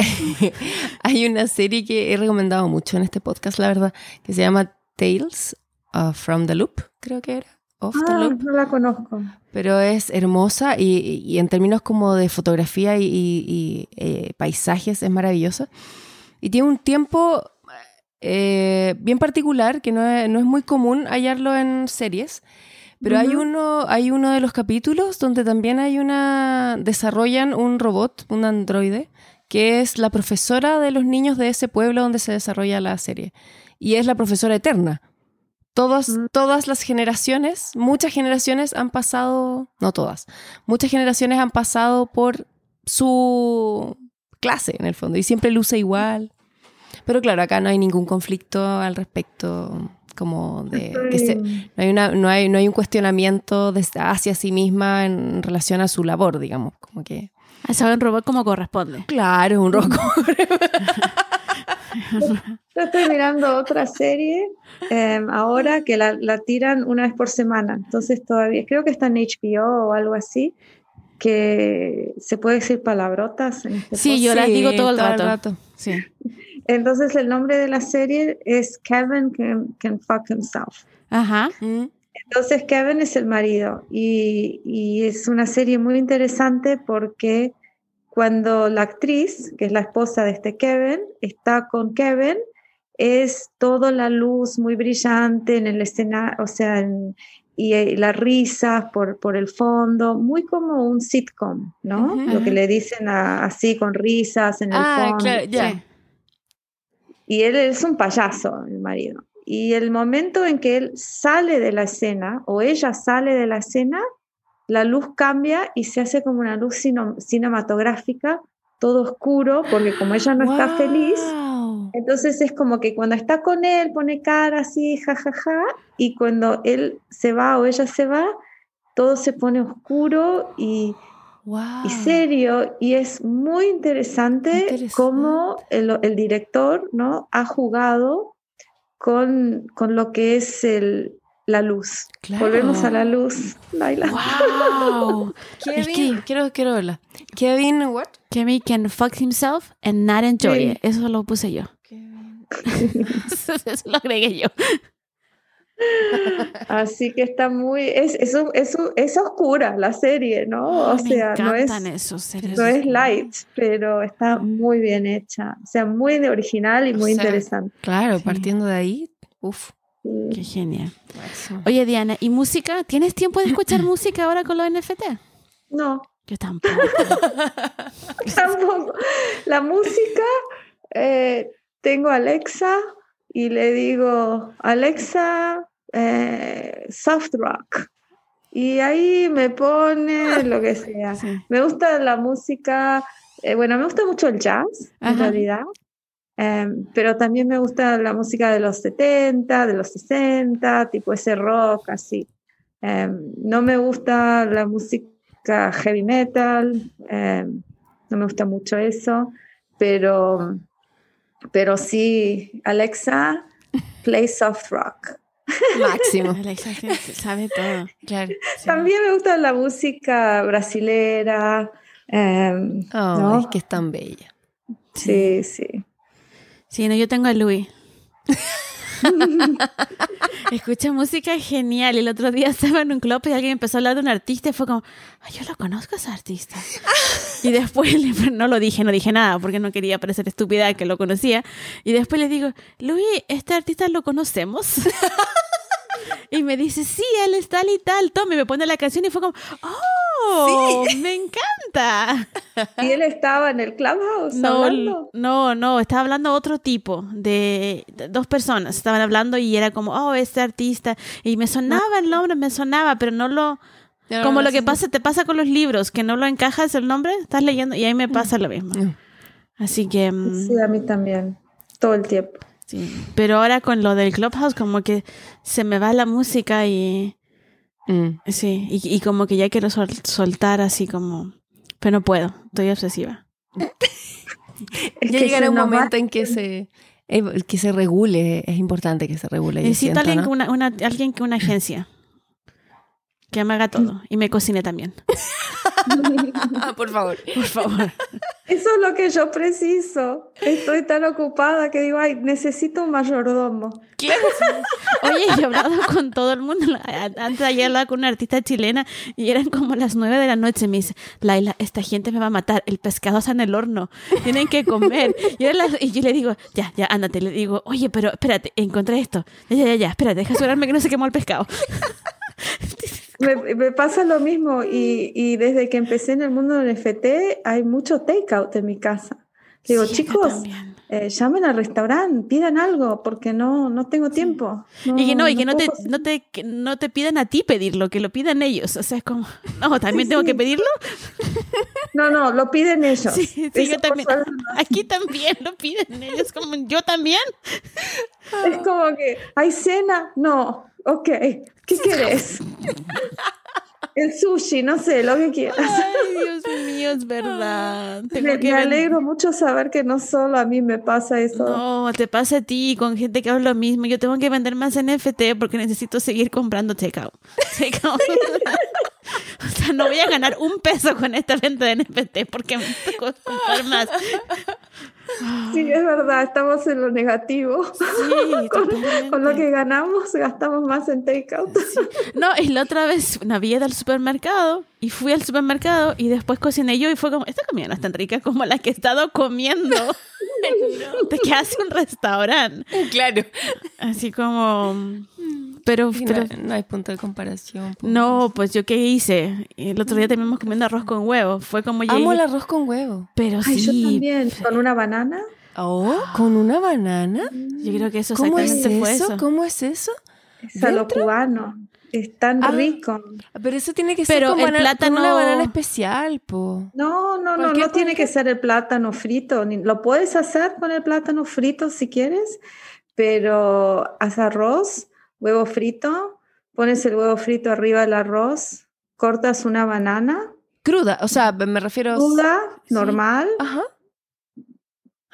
hay una serie que he recomendado mucho en este podcast, la verdad, que se llama Tales uh, from the Loop, creo que era. Off the Ah, Loop. no la conozco. Pero es hermosa y, y en términos como de fotografía y, y- y, eh, paisajes es maravillosa. Y tiene un tiempo eh, bien particular que no es, no es muy común hallarlo en series. Pero hay Ujú. uno, hay uno de los capítulos donde también hay una... desarrollan un robot, un androide, que es la profesora de los niños de ese pueblo donde se desarrolla la serie. Y es la profesora eterna. Todas, Mm. todas las generaciones, muchas generaciones han pasado, no todas, muchas generaciones han pasado por su clase en el fondo y siempre luce igual. Pero claro, acá no hay ningún conflicto al respecto, como de que se, no hay una, no hay, no hay un cuestionamiento de, hacia sí misma en relación a su labor, digamos, como que Se un robot como corresponde. claro, es un roco. Yo estoy mirando otra serie eh, ahora que la, la tiran una vez por semana. Entonces todavía, creo que está en H B O o algo así, que se puede decir palabrotas en este Sí, podcast. yo las Sí, digo todo el todo el rato. rato. Sí. Entonces el nombre de la serie es Kevin Can, Can Fuck Himself. Ajá. Mm. Entonces Kevin es el marido y, y es una serie muy interesante porque cuando la actriz, que es la esposa de este Kevin, está con Kevin, es toda la luz muy brillante en el escenario, o sea, en, y, y las risas por, por el fondo, muy como un sitcom, ¿no? Ujú. Lo que Ajá. le dicen a- así con risas en el Ah, fondo. claro, ya. Sí. Y él es un payaso, el marido. Y el momento en que él sale de la escena, o ella sale de la escena, la luz cambia y se hace como una luz cino- cinematográfica, todo oscuro, porque como ella no está Wow. feliz, entonces es como que cuando está con él pone cara así, jajaja, ja, ja, y cuando él se va o ella se va, todo se pone oscuro y, Wow. y serio, y es muy interesante, Interesante. cómo el, el director, ¿no?, ha jugado con, con lo que es el, la luz. Claro. Volvemos a la luz, Laila. Wow. Kevin, Es que quiero, quiero verla. Kevin, what? Kevin can fuck himself and not enjoy Sí. it. Eso lo puse yo. Kevin. Eso lo agregué yo. Así que está muy, es, es, es, es oscura la serie, ¿no? Oh, o sea, me no es, encantan esos series. no es light, pero está muy bien hecha. O sea, muy de original y O muy sea, interesante. Claro, Sí. partiendo de ahí, uff. Qué genial. Máximo. Oye, Diana, ¿y música? ¿Tienes tiempo de escuchar música ahora con los N F T? No, Yo tampoco. tampoco. La música, eh, tengo a Alexa y le digo, Alexa, eh, soft rock. Y ahí me pone lo que sea. Sí. Me gusta la música, eh, bueno, me gusta mucho el jazz, en Ajá. realidad. Eh, pero también me gusta la música de los setenta, de los sesenta, tipo ese rock así. Eh, no me gusta la música heavy metal, eh, no me gusta mucho eso, pero, pero sí, Alexa, play soft rock. Máximo. Alexa sabe todo. Claro. Sí. También me gusta la música brasilera. Eh, Oh, ¿no? es que es tan bella. Sí, sí. Sí, no, yo tengo a Louis. Escucha música genial. Y el otro día estaba en un club y alguien empezó a hablar de un artista y fue como, ay, yo lo conozco a ese artista. Y después le- no lo dije, no dije nada porque no quería parecer estúpida que lo conocía. Y después le digo, Louis, ¿este artista lo conocemos? Y me dice, sí, él es tal y tal. Toma, y me pone la canción y fue como, ¡oh! ¡Me encanta! ¿Y él estaba en el Clubhouse No, hablando? no, no, estaba hablando otro tipo, de, de dos personas estaban hablando y era como, oh, este artista. Y me sonaba el nombre, me sonaba, pero no lo... Ya no Como lo lo que sé. pasa, te pasa con los libros, que no lo encajas el nombre, estás leyendo y ahí me pasa lo mismo. Mm. Así que... mm, Sí, a mí también. Todo el tiempo. sí. Pero ahora con lo del Clubhouse como que se me va la música y... Mm. Sí, y, y como que ya quiero sol- soltar así como... Pero no puedo, estoy obsesiva. Es Ya que llegará se un nos momento va- en que se eh, que se regule. Es importante que se regule. yo Necesito siento, alguien, ¿no? con una, una, alguien con una agencia que me haga todo y me cocine también. Ah, por favor. Por favor. Eso es lo que yo preciso. Estoy tan ocupada que digo, ay, necesito un mayordomo. Claro. Oye, yo he hablado con todo el mundo. Antes de ayer hablaba con una artista chilena y eran como las nueve de la noche. Me dice, Laila, esta gente me va a matar. El pescado está en el horno. Tienen que comer. Y, era las- y yo le digo, ya, ya, ándate. Le digo, oye, pero espérate, encontré esto. Ya, ya, ya, ya, espérate, deja asegurarme que no se quemó el pescado. Me, me pasa lo mismo y, y desde que empecé en el mundo del N F T hay mucho takeout en mi casa. Digo, Sí, acá chicos, también. eh, llamen al restaurante, pidan algo porque no, no tengo tiempo. No, Y que no, y que no, te, puedo cocinar. no, te, que no te pidan a ti pedirlo, que lo pidan ellos. O sea, es como, no, ¿también tengo Sí. que pedirlo? No, no, lo piden ellos. Sí, sí, Eso yo por también. suerte Aquí también lo piden ellos, como yo también. es como que, ¿hay cena? No, ok, ¿qué querés? El sushi, no sé, lo que quieras. Ay, Dios mío, es verdad. Tengo Me, que me ven- alegro mucho saber que no solo a mí me pasa eso. No, te pasa a ti con gente que habla lo mismo. Yo tengo que vender más N F T porque necesito seguir comprando takeout. Takeout. O sea, no voy a ganar un peso con esta venta de N F T porque me tengo que comprar más. Sí, es verdad, estamos en lo negativo. Sí, con, totalmente. con lo que ganamos, gastamos más en takeout. No, y la otra vez una había ido al supermercado y fui al supermercado y después cociné yo y fue como, esta comida no es tan rica como la que he estado comiendo. De que hace un restaurante. Claro. Así como... Pero, Y pero no, no hay punto de comparación. po. no, pues yo qué hice. El otro día terminamos comiendo arroz con huevo. Fue como ya Amo el dije, arroz con huevo. pero Ay, yo sí. también, con una banana. Oh, ¿con una banana? Yo creo que eso ¿Cómo es exactamente fue eso? eso. ¿Cómo es eso? Es a lo ¿Dentro? cubano. Es tan Ah. rico. Pero eso tiene que ser Pero con, el banana- plátano- con una banana especial, po. No, no, no, Cualquier no tiene que cualquier- ser el plátano frito. ni- Lo puedes hacer con el plátano frito si quieres, pero haz arroz, huevo frito, pones el huevo frito arriba del arroz, cortas una banana, Cruda, o sea, me refiero... cruda, sí. normal, Ajá.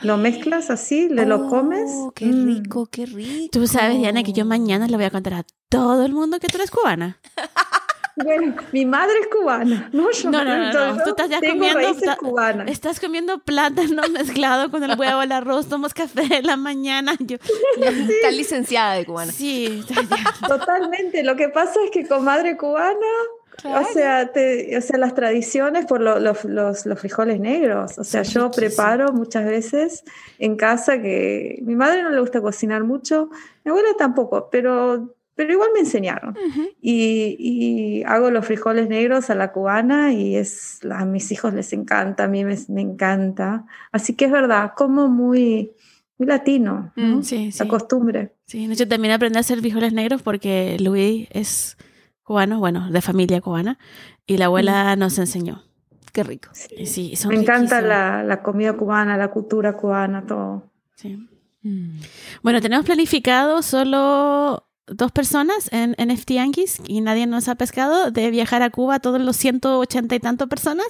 Lo mezclas así, le oh, lo comes. Qué rico, qué rico. Tú sabes, Diana, que yo mañana le voy a contar a todo el mundo que tú eres cubana. Bueno, mi madre es cubana. No, yo no, no, no, no. Tú estás ya tengo comiendo, raíces ta, cubanas. Estás comiendo plátano mezclado con el huevo, el arroz, tomas café en la mañana. Yo, sí. Estás licenciada de cubana. Sí. Totalmente. Lo que pasa es que con madre cubana, claro. o, sea, te, o sea, las tradiciones por lo, lo, los, los frijoles negros. O sea, sí, yo preparo muchas veces en casa que mi madre no le gusta cocinar mucho, mi abuela tampoco, pero... Pero igual me enseñaron. Uh-huh. y, y hago los frijoles negros a la cubana y es, a mis hijos les encanta, a mí me, me encanta. Así que es verdad, como muy, muy latino, ¿no? Mm, sí, la sí. costumbre. Sí, yo también aprendí a hacer frijoles negros porque Luis es cubano, bueno, de familia cubana, y la abuela mm. nos enseñó. Qué rico. Sí, sí, son me encanta la, la comida cubana, la cultura cubana, todo. Sí. Mm. Bueno, tenemos planificado solo... dos personas en, en N F T Yankees y nadie nos ha pescado de viajar a Cuba todos los ciento ochenta y tanto personas.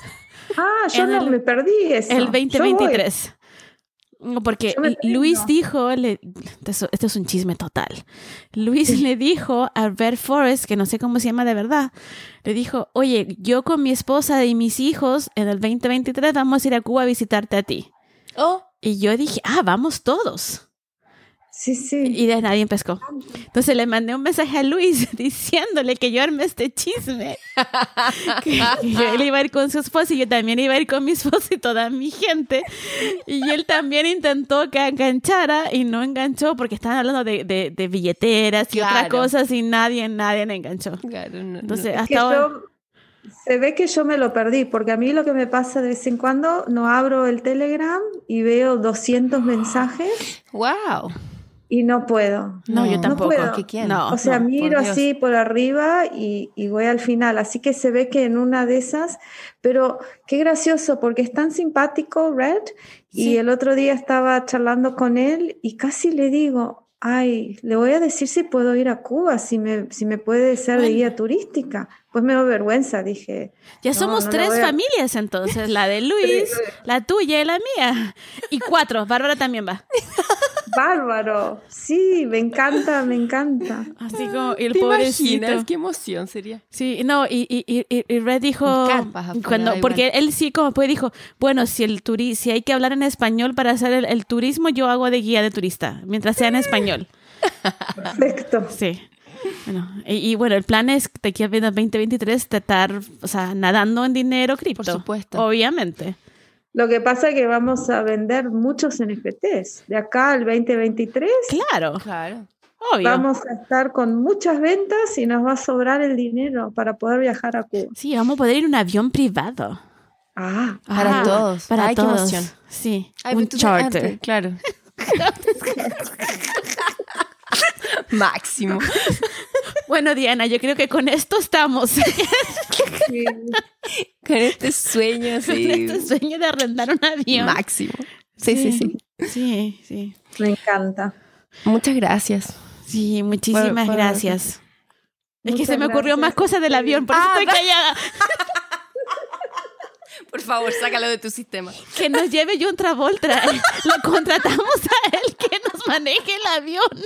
Ah, yo no el, me perdí eso. El veinte veintitrés. Porque Luis dijo, le, esto, esto es un chisme total. Luis sí. le dijo a Red Forest, que no sé cómo se llama de verdad, le dijo, oye, yo con mi esposa y mis hijos en el veinte veintitrés vamos a ir a Cuba a visitarte a ti. Oh. Y yo dije, ah, vamos todos. Sí, sí. Y de nadie pescó. Entonces le mandé un mensaje a Luis diciéndole que yo armé este chisme. que, que él iba a ir con su esposa y yo también iba a ir con mi esposa y toda mi gente. Y él también intentó que enganchara y no enganchó porque estaban hablando de, de, de billeteras y claro. otras cosas y nadie, nadie enganchó. Claro, no, Entonces, no. hasta es ahora... yo, se ve que yo me lo perdí porque a mí lo que me pasa de vez en cuando, no abro el Telegram y veo doscientos mensajes. ¡Wow! Y no puedo. No, no yo tampoco. No ¿Qué quién? No, o sea, no, miro por así por arriba y, y voy al final. Así que se ve que en una de esas... Pero qué gracioso, porque es tan simpático, Red. Sí. Y el otro día estaba charlando con él y casi le digo, ay, le voy a decir si puedo ir a Cuba, si me, si me puede ser bueno. de guía turística. Pues me da vergüenza, dije. Ya no, somos no tres a... familias entonces, la de Luis, la tuya y la mía. Y cuatro, Bárbara también va. Bárbaro, sí, me encanta, me encanta. Así como el ¿Te pobrecito. imaginas? Qué emoción sería. Sí, no, y, y, y, y Red dijo, cuando, porque él sí como pues dijo, bueno, si el turi si hay que hablar en español para hacer el, el turismo, yo hago de guía de turista, mientras sea en español. Perfecto. Sí. Bueno, y, y bueno, el plan es de aquí a veinte veintitrés de estar, o sea, nadando en dinero cripto. Por supuesto. Obviamente. Lo que pasa es que vamos a vender muchos N F Ts. De acá al veinte veintitrés. Claro. Claro. Obvio. Vamos a estar con muchas ventas y nos va a sobrar el dinero para poder viajar a Cuba. Sí, vamos a poder ir en un avión privado. Ah, para ah, todos. Para Ay, todos. Qué emoción. Sí, Ay, un charter. Antes, claro. Máximo. Bueno, Diana, yo creo que con esto estamos. Sí. Con este sueño, sí. Con este sueño de arrendar un avión. Máximo. Sí, sí, sí. Sí, sí. sí. Me encanta. Muchas gracias. Sí, muchísimas bueno, gracias. Es que se me ocurrió gracias. Más cosas del avión, por eso ah, estoy callada. Por favor, sácalo de tu sistema. Que nos lleve John Travolta. Lo contratamos a él que nos maneje el avión.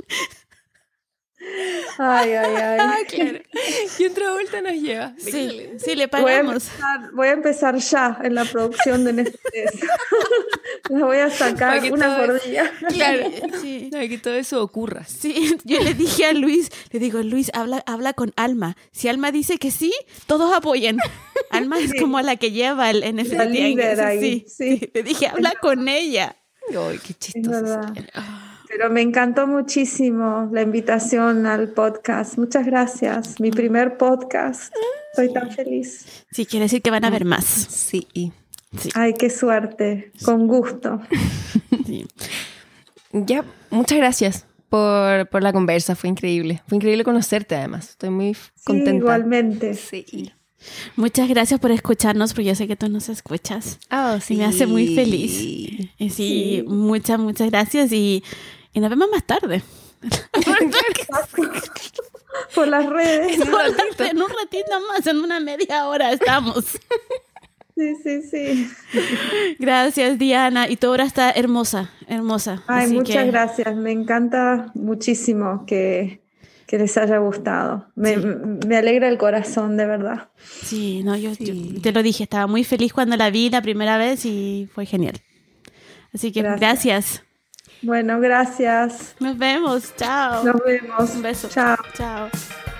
Ay, ay, ay. Ah, claro. Y otra vuelta nos lleva. Sí, sí, le pagamos. Voy a, empezar, voy a empezar ya en la producción de N F Ts. La voy a sacar una por día. Claro, sí. Para que todo eso ocurra. Sí, yo le dije a Luis, le digo, Luis, habla, habla con Alma. Si Alma dice que sí, todos apoyen. Alma sí. Es como la que lleva el N F T. La líder ahí. Sí, sí. sí. Le dije, habla con ella. Ay, qué chistoso. Pero me encantó muchísimo la invitación al podcast. Muchas gracias. Mi primer podcast. Estoy tan feliz. Sí, quiere decir que van a haber más. Sí. sí. Ay, qué suerte. Con gusto. Sí. Ya, muchas gracias por, por la conversa. Fue increíble. Fue increíble conocerte, además. Estoy muy contenta. Sí, igualmente. Sí. Muchas gracias por escucharnos, porque yo sé que tú nos escuchas. Oh, sí. Y me hace muy feliz. Y sí, sí, muchas, muchas gracias. Y... Y nos vemos más tarde. Por las redes. En un, ratito. en un ratito más, en una media hora estamos. Sí, sí, sí. Gracias, Diana. Y tu obra está hermosa, hermosa. Ay, Así muchas que... gracias. Me encanta muchísimo que, que les haya gustado. Me, Sí. me alegra el corazón, de verdad. Sí, no, yo, Sí. yo te lo dije, estaba muy feliz cuando la vi la primera vez y fue genial. Así que Gracias. gracias. Bueno, gracias. Nos vemos. Chao. Nos vemos. Un beso. Chao. Chao.